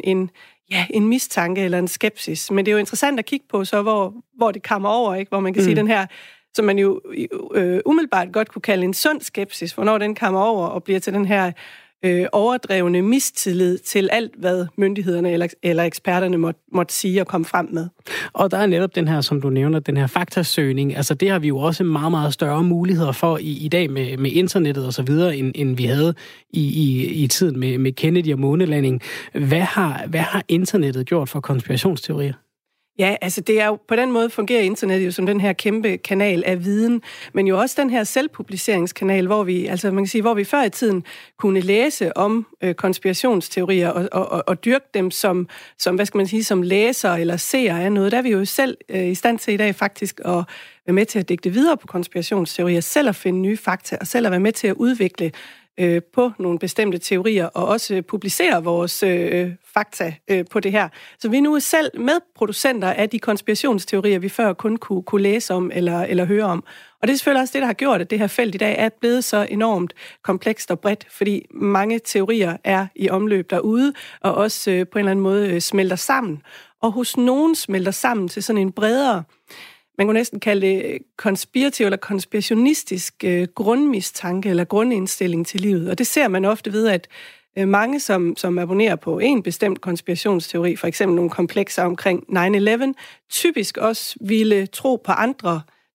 en mistanke eller en skepsis. Men det er jo interessant at kigge på, så hvor det kommer over, ikke? Hvor man kan sige den her, som man jo umiddelbart godt kunne kalde en sund skepsis, hvornår den kommer over og bliver til den her overdrevne mistillid til alt, hvad myndighederne eller eksperterne måtte sige og komme frem med. Og der er netop den her, som du nævner, den her faktasøgning. Altså det har vi jo også meget, meget større muligheder for i dag med internettet og så videre, end vi havde i tiden med Kennedy og månelanding. Hvad har internettet gjort for konspirationsteorier? Ja, altså det er jo, på den måde fungerer internettet jo som den her kæmpe kanal af viden, men jo også den her selvpubliceringskanal, hvor vi før i tiden kunne læse om konspirationsteorier og dyrke dem som hvad skal man sige, som læser eller seer af noget. Der er vi jo selv i stand til i dag faktisk at være med til at digte videre på konspirationsteorier, selv at finde nye fakta og selv at være med til at udvikle på nogle bestemte teorier, og også publicere vores fakta på det her. Så vi nu er selv medproducenter af de konspirationsteorier, vi før kun kunne læse om eller høre om. Og det er selvfølgelig også det, der har gjort, at det her felt i dag er blevet så enormt komplekst og bredt, fordi mange teorier er i omløb derude, og også på en eller anden måde smelter sammen. Og hos nogen smelter sammen til sådan en bredere, man kunne næsten kalde det konspirativ eller konspirationistisk grundmistanke eller grundindstilling til livet. Og det ser man ofte ved, at mange, som abonnerer på en bestemt konspirationsteori, for eksempel nogle komplekser omkring 9/11, typisk også ville tro på andre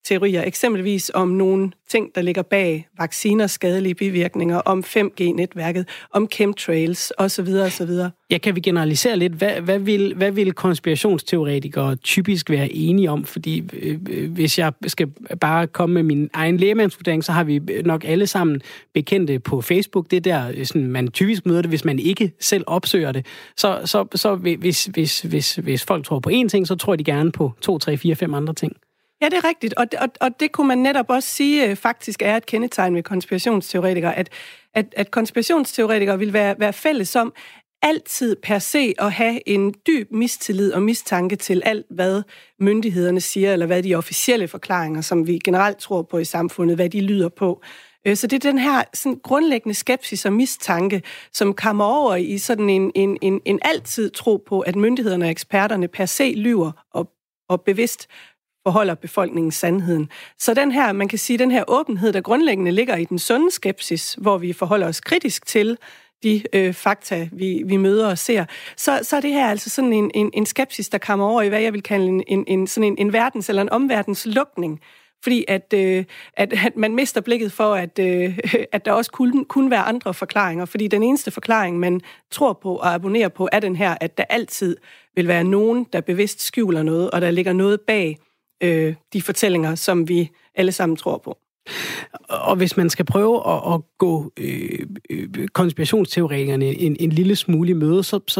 teorier, eksempelvis om nogle ting, der ligger bag vacciner, skadelige bivirkninger, om 5G-netværket, om chemtrails osv. osv. Ja, kan vi generalisere lidt? Hvad vil konspirationsteoretikere typisk være enige om? Fordi hvis jeg skal bare komme med min egen lægemandsvurdering, så har vi nok alle sammen bekendte på Facebook. Det der, sådan, man typisk møder det, hvis man ikke selv opsøger det. Så hvis folk tror på én ting, så tror de gerne på 2, 3, 4, 5 andre ting. Ja, det er rigtigt, og det kunne man netop også sige faktisk er et kendetegn ved konspirationsteoretikere, at konspirationsteoretikere vil være fælles om altid per se at have en dyb mistillid og mistanke til alt, hvad myndighederne siger, eller hvad de officielle forklaringer, som vi generelt tror på i samfundet, hvad de lyder på. Så det er den her sådan grundlæggende skepsis og mistanke, som kommer over i sådan en altid tro på, at myndighederne og eksperterne per se lyver og bevidst forholder befolkningen sandheden. Så den her, man kan sige, den her åbenhed, der grundlæggende ligger i den sunde skepsis, hvor vi forholder os kritisk til de fakta, vi møder og ser, så er det her altså sådan en skepsis, der kommer over i, hvad jeg vil kalde en verdens- eller en omverdenslukning. Fordi at man mister blikket for, at der også kunne være andre forklaringer. Fordi den eneste forklaring, man tror på og abonnerer på, er den her, at der altid vil være nogen, der bevidst skjuler noget, og der ligger noget bag de fortællinger, som vi alle sammen tror på. Og hvis man skal prøve at gå konspirationsteoretikerne en lille smule i møde, så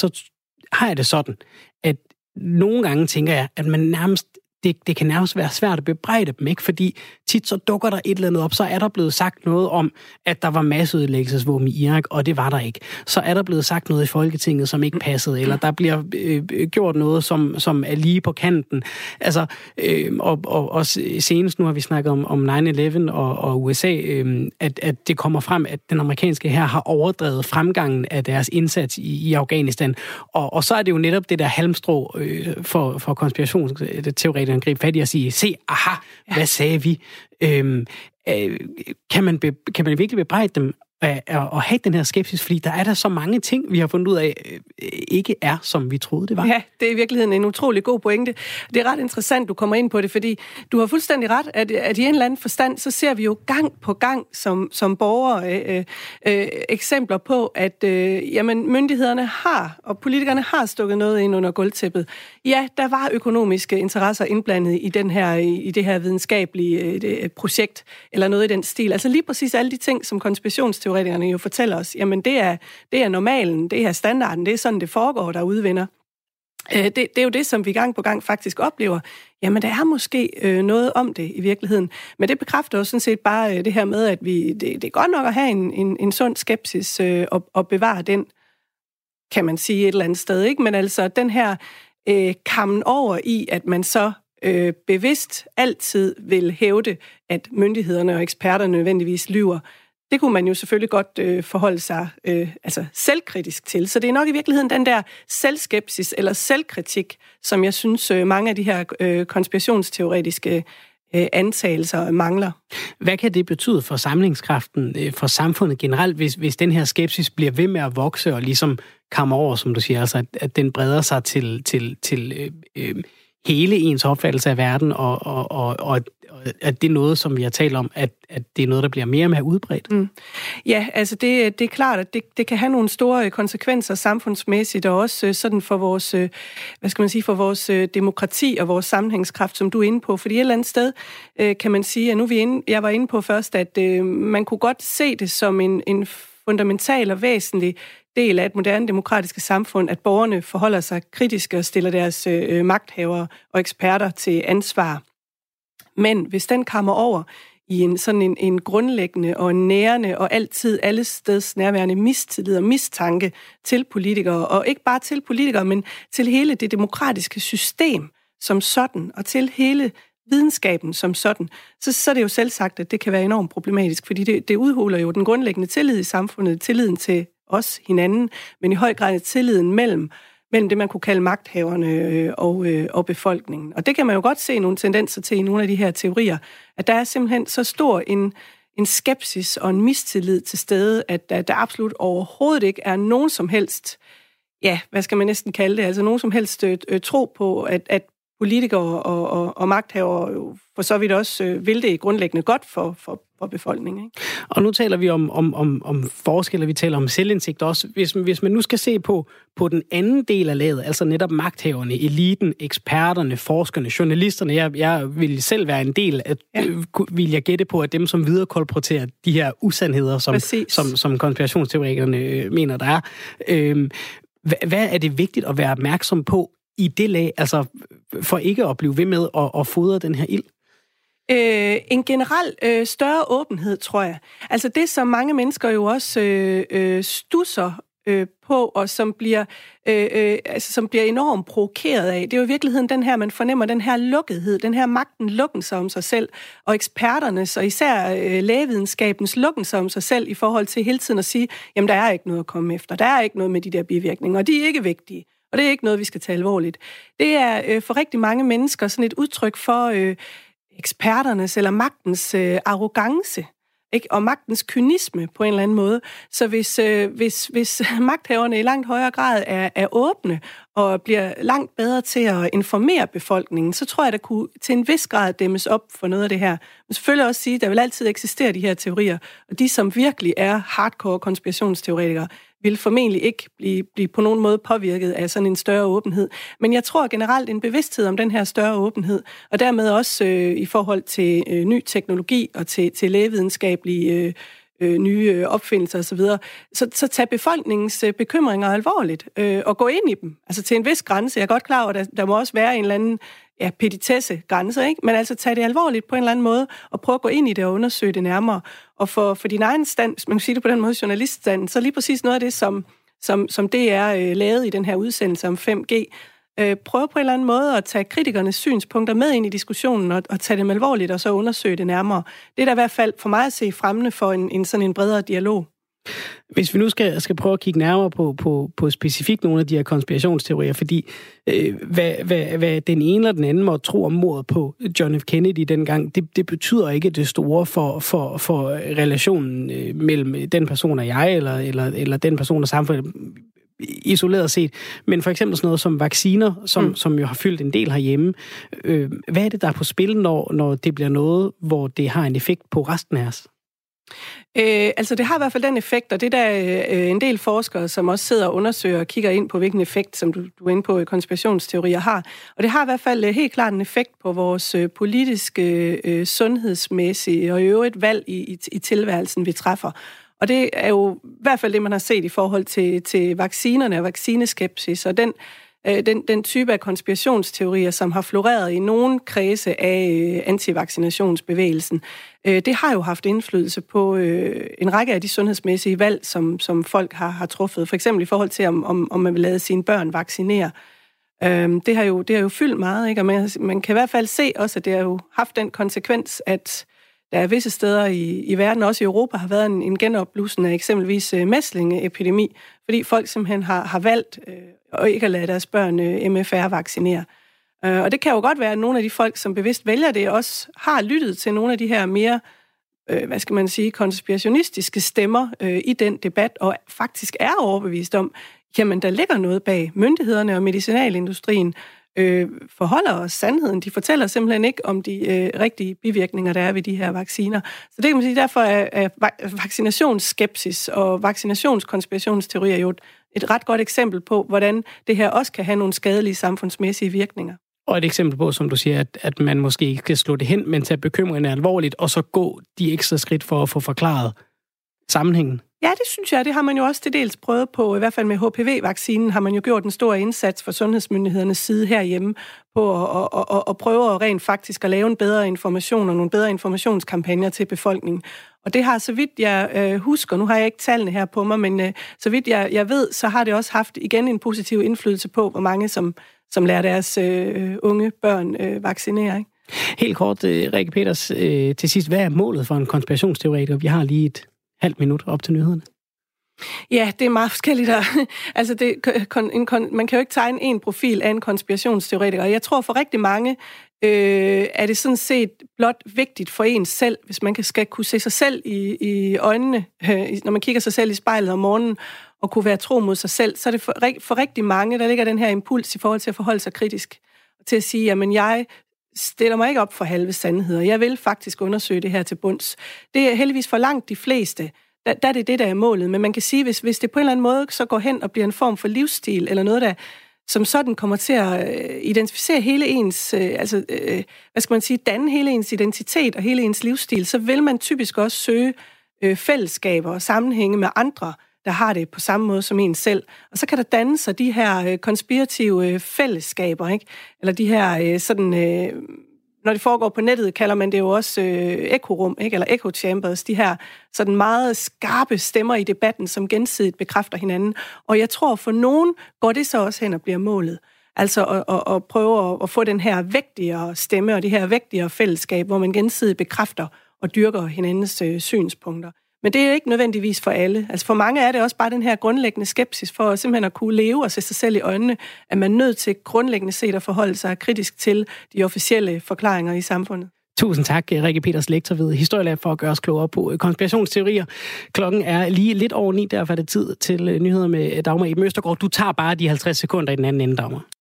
har jeg det sådan, at nogle gange tænker jeg, at man nærmest det kan nærmest være svært at bebrejde dem, ikke? Fordi tit så dukker der et eller andet op, så er der blevet sagt noget om, at der var masseødelæggelsesvåben i Irak, og det var der ikke. Så er der blevet sagt noget i Folketinget, som ikke passede, eller der bliver gjort noget, som er lige på kanten. Altså, og senest nu har vi snakket om 9/11 og USA, at det kommer frem, at den amerikanske hær har overdrevet fremgangen af deres indsats i Afghanistan. Og så er det jo netop det der halmstrå for konspirationsteoretikerne gribe fat i at sige, se, aha, hvad sagde vi? Kan man virkelig bebrejde dem at have den her skepsis, fordi der er der så mange ting, vi har fundet ud af, ikke er, som vi troede, det var. Ja, det er i virkeligheden en utrolig god pointe. Det er ret interessant, du kommer ind på det, fordi du har fuldstændig ret, at i en eller anden forstand, så ser vi jo gang på gang som borgere eksempler på, at jamen, myndighederne har, og politikerne har stukket noget ind under gulvtæppet. Ja, der var økonomiske interesser indblandet i det her videnskabelige projekt, eller noget i den stil. Altså lige præcis alle de ting, som konspirationsteoretikerne jo fortæller os, jamen det er normalen, det er standarden, det er sådan, det foregår derude, venner. Det er jo det, som vi gang på gang faktisk oplever. Jamen, der er måske noget om det i virkeligheden. Men det bekræfter også sådan set bare det her med, at det er godt nok at have en sund skepsis og bevare den, kan man sige, et eller andet sted, ikke? Men altså den her kammen over i, at man så bevidst altid vil hævde, at myndighederne og eksperterne nødvendigvis lyver, det kunne man jo selvfølgelig godt forholde sig selvkritisk til. Så det er nok i virkeligheden den der selvskepsis eller selvkritik, som jeg synes mange af de her konspirationsteoretiske antagelser mangler. Hvad kan det betyde for samlingskraften, for samfundet generelt, hvis den her skepsis bliver ved med at vokse og ligesom kommer over, som du siger, altså at den breder sig til hele ens opfattelse af verden, og at det er noget, som vi har talt om, at det er noget, der bliver mere og mere udbredt? Mm. Ja, altså det er klart, at det kan have nogle store konsekvenser samfundsmæssigt, og også sådan for vores, for vores demokrati og vores sammenhængskraft, som du er inde på. Fordi et eller andet sted kan man sige, at jeg var inde på først, at man kunne godt se det som en fundamental og væsentlig del af et moderne demokratiske samfund, at borgerne forholder sig kritisk og stiller deres magthavere og eksperter til ansvar. Men hvis den kommer over i en grundlæggende og nærende og altid allesteds nærværende mistillid og mistanke til politikere, og ikke bare til politikere, men til hele det demokratiske system som sådan, og til hele videnskaben som sådan, så er det jo selvsagt, at det kan være enormt problematisk, fordi det udhuler jo den grundlæggende tillid i samfundet, tilliden til os hinanden, men i høj grad tilliden mellem det, man kunne kalde magthaverne og befolkningen. Og det kan man jo godt se nogle tendenser til i nogle af de her teorier, at der er simpelthen så stor en skepsis og en mistillid til stede, at der absolut overhovedet ikke er nogen som helst, ja, hvad skal man næsten kalde det, altså nogen som helst tro på, at politikere og magthavere jo for så vidt også vil det grundlæggende godt for befolkningen. Ikke? Og nu taler vi om forskelle, vi taler om selvindsigt også. Hvis man nu skal se på den anden del af laget, altså netop magthaverne, eliten, eksperterne, forskerne, journalisterne, jeg vil selv være en del af, vil jeg gætte på, at dem, som viderekolporterer de her usandheder, som konspirationsteoretikerne mener, der er. Hvad er det vigtigt at være opmærksom på i det lag, altså for ikke at blive ved med at fodre den her ild? En generel større åbenhed, tror jeg. Altså det, som mange mennesker jo også stusser på, og som bliver enormt provokeret af, det er jo i virkeligheden den her, man fornemmer den her lukkethed, den her magten lukken sig om sig selv, og eksperternes, og især lægevidenskabens lukken sig om sig selv, i forhold til hele tiden at sige, jamen der er ikke noget at komme efter, der er ikke noget med de der bivirkninger, og de er ikke vigtige, og det er ikke noget, vi skal tage alvorligt. Det er for rigtig mange mennesker sådan et udtryk for eksperternes eller magtens arrogance, ikke? Og magtens kynisme på en eller anden måde. Så hvis magthaverne i langt højere grad er åbne og bliver langt bedre til at informere befolkningen, så tror jeg, der kunne til en vis grad dæmmes op for noget af det her. Men selvfølgelig også sige, at der vil altid eksistere de her teorier, og de, som virkelig er hardcore konspirationsteoretikere, vil formentlig ikke blive på nogen måde påvirket af sådan en større åbenhed. Men jeg tror generelt en bevidsthed om den her større åbenhed, og dermed også i forhold til ny teknologi og til lægevidenskabelige nye opfindelser osv., så tag befolkningens bekymringer alvorligt og gå ind i dem. Altså til en vis grænse. Jeg er godt klar over, at der må også være en eller anden petitesse grænser, ikke? Men altså tag det alvorligt på en eller anden måde og prøv at gå ind i det og undersøge det nærmere. Og for din egen stand, man kan sige det på den måde, journaliststand, så lige præcis noget af det, som det er lavet i den her udsendelse om 5G, prøv på en eller anden måde at tage kritikernes synspunkter med ind i diskussionen og tage dem alvorligt og så undersøge det nærmere. Det er da i hvert fald for mig at se fremmende for sådan en bredere dialog. Hvis vi nu skal prøve at kigge nærmere på specifikt nogle af de her konspirationsteorier, fordi hvad den ene eller den anden måtte tro om mordet på John F. Kennedy dengang, det betyder ikke det store for relationen mellem den person og jeg, eller den person og samfundet isoleret set. Men for eksempel sådan noget som vacciner, som jo har fyldt en del herhjemme. Hvad er det, der er på spil, når det bliver noget, hvor det har en effekt på resten af os? Altså det har i hvert fald den effekt, og det der en del forskere, som også sidder og undersøger og kigger ind på, hvilken effekt, som du er inde på, konspirationsteorier har. Og det har i hvert fald helt klart en effekt på vores politiske, sundhedsmæssige og i øvrigt valg i tilværelsen, vi træffer. Og det er jo i hvert fald det, man har set i forhold til vaccinerne og vaccineskepsis, og den type af konspirationsteorier, som har floreret i nogle kredse af antivaccinationsbevægelsen, det har jo haft indflydelse på en række af de sundhedsmæssige valg, som folk har truffet. For eksempel i forhold til, om man vil lade sine børn vaccinere. Det har jo fyldt meget, ikke? Og man kan i hvert fald se også, at det har jo haft den konsekvens, at der er visse steder i verden, også i Europa, har været en genopblussen af eksempelvis mæslingeepidemi, fordi folk simpelthen har valgt at ikke at lade deres børn MFR-vaccinere. Og det kan jo godt være, at nogle af de folk, som bevidst vælger det, også har lyttet til nogle af de her mere, konspirationistiske stemmer i den debat, og faktisk er overbevist om, jamen der ligger noget bag. Myndighederne og medicinalindustrien forholder os sandheden. De fortæller simpelthen ikke om de rigtige bivirkninger, der er ved de her vacciner. Så det kan man sige, derfor er vaccinationsskepsis og vaccinationskonspirationsteorier jo et ret godt eksempel på, hvordan det her også kan have nogle skadelige samfundsmæssige virkninger. Og et eksempel på, som du siger, at man måske ikke skal slå det hen, men tage bekymringerne alvorligt, og så gå de ekstra skridt for at få forklaret sammenhængen. Ja, det synes jeg. Det har man jo også til dels prøvet på. I hvert fald med HPV-vaccinen har man jo gjort en stor indsats fra sundhedsmyndighedernes side herhjemme på at prøve at rent faktisk at lave en bedre information og nogle bedre informationskampagner til befolkningen. Og det har, så vidt jeg husker, nu har jeg ikke tallene her på mig, men så vidt jeg ved, så har det også haft igen en positiv indflydelse på, hvor mange som lærer deres unge børn vaccinere, ikke? Helt kort, Rikke Peters, til sidst, hvad er målet for en konspirationsteoretiker? Vi har lige et halvt minut op til nyhederne. Ja, det er meget forskelligt. Altså, man kan jo ikke tegne en profil af en konspirationsteoretiker. Jeg tror for rigtig mange er det sådan set blot vigtigt for en selv, hvis man skal kunne se sig selv i øjnene, når man kigger sig selv i spejlet om morgenen, og kunne være tro mod sig selv, så er det for rigtig mange, der ligger den her impuls i forhold til at forholde sig kritisk. til at sige, jamen jeg stiller mig ikke op for halve sandheder. Jeg vil faktisk undersøge det her til bunds. Det er heldigvis for langt de fleste. Der er det, der er målet. Men man kan sige, hvis det på en eller anden måde så går hen og bliver en form for livsstil, eller noget, der som sådan kommer til at identificere hele ens, danne hele ens identitet og hele ens livsstil, så vil man typisk også søge fællesskaber og sammenhænge med andre, der har det på samme måde som en selv. Og så kan der danne sig de her konspirative fællesskaber, ikke? Eller de her når det foregår på nettet, kalder man det jo også ekorum, ikke? Eller echo chambers, de her sådan meget skarpe stemmer i debatten, som gensidigt bekræfter hinanden. Og jeg tror, for nogen går det så også hen og bliver målet. Altså at prøve at få den her vægtigere stemme og det her vægtigere fællesskab, hvor man gensidigt bekræfter og dyrker hinandens synspunkter. Men det er ikke nødvendigvis for alle. Altså for mange er det også bare den her grundlæggende skepsis for simpelthen at kunne leve og se sig selv i øjnene, at man er nødt til grundlæggende set at forholde sig kritisk til de officielle forklaringer i samfundet. Tusind tak, Rikke Peters, lektor ved Historielab, for at gøre os klogere på konspirationsteorier. Klokken er lige lidt over 9, derfor er det tid til nyheder med Dagmar Eben Østergaard. Du tager bare de 50 sekunder i den anden ende, Dagmar.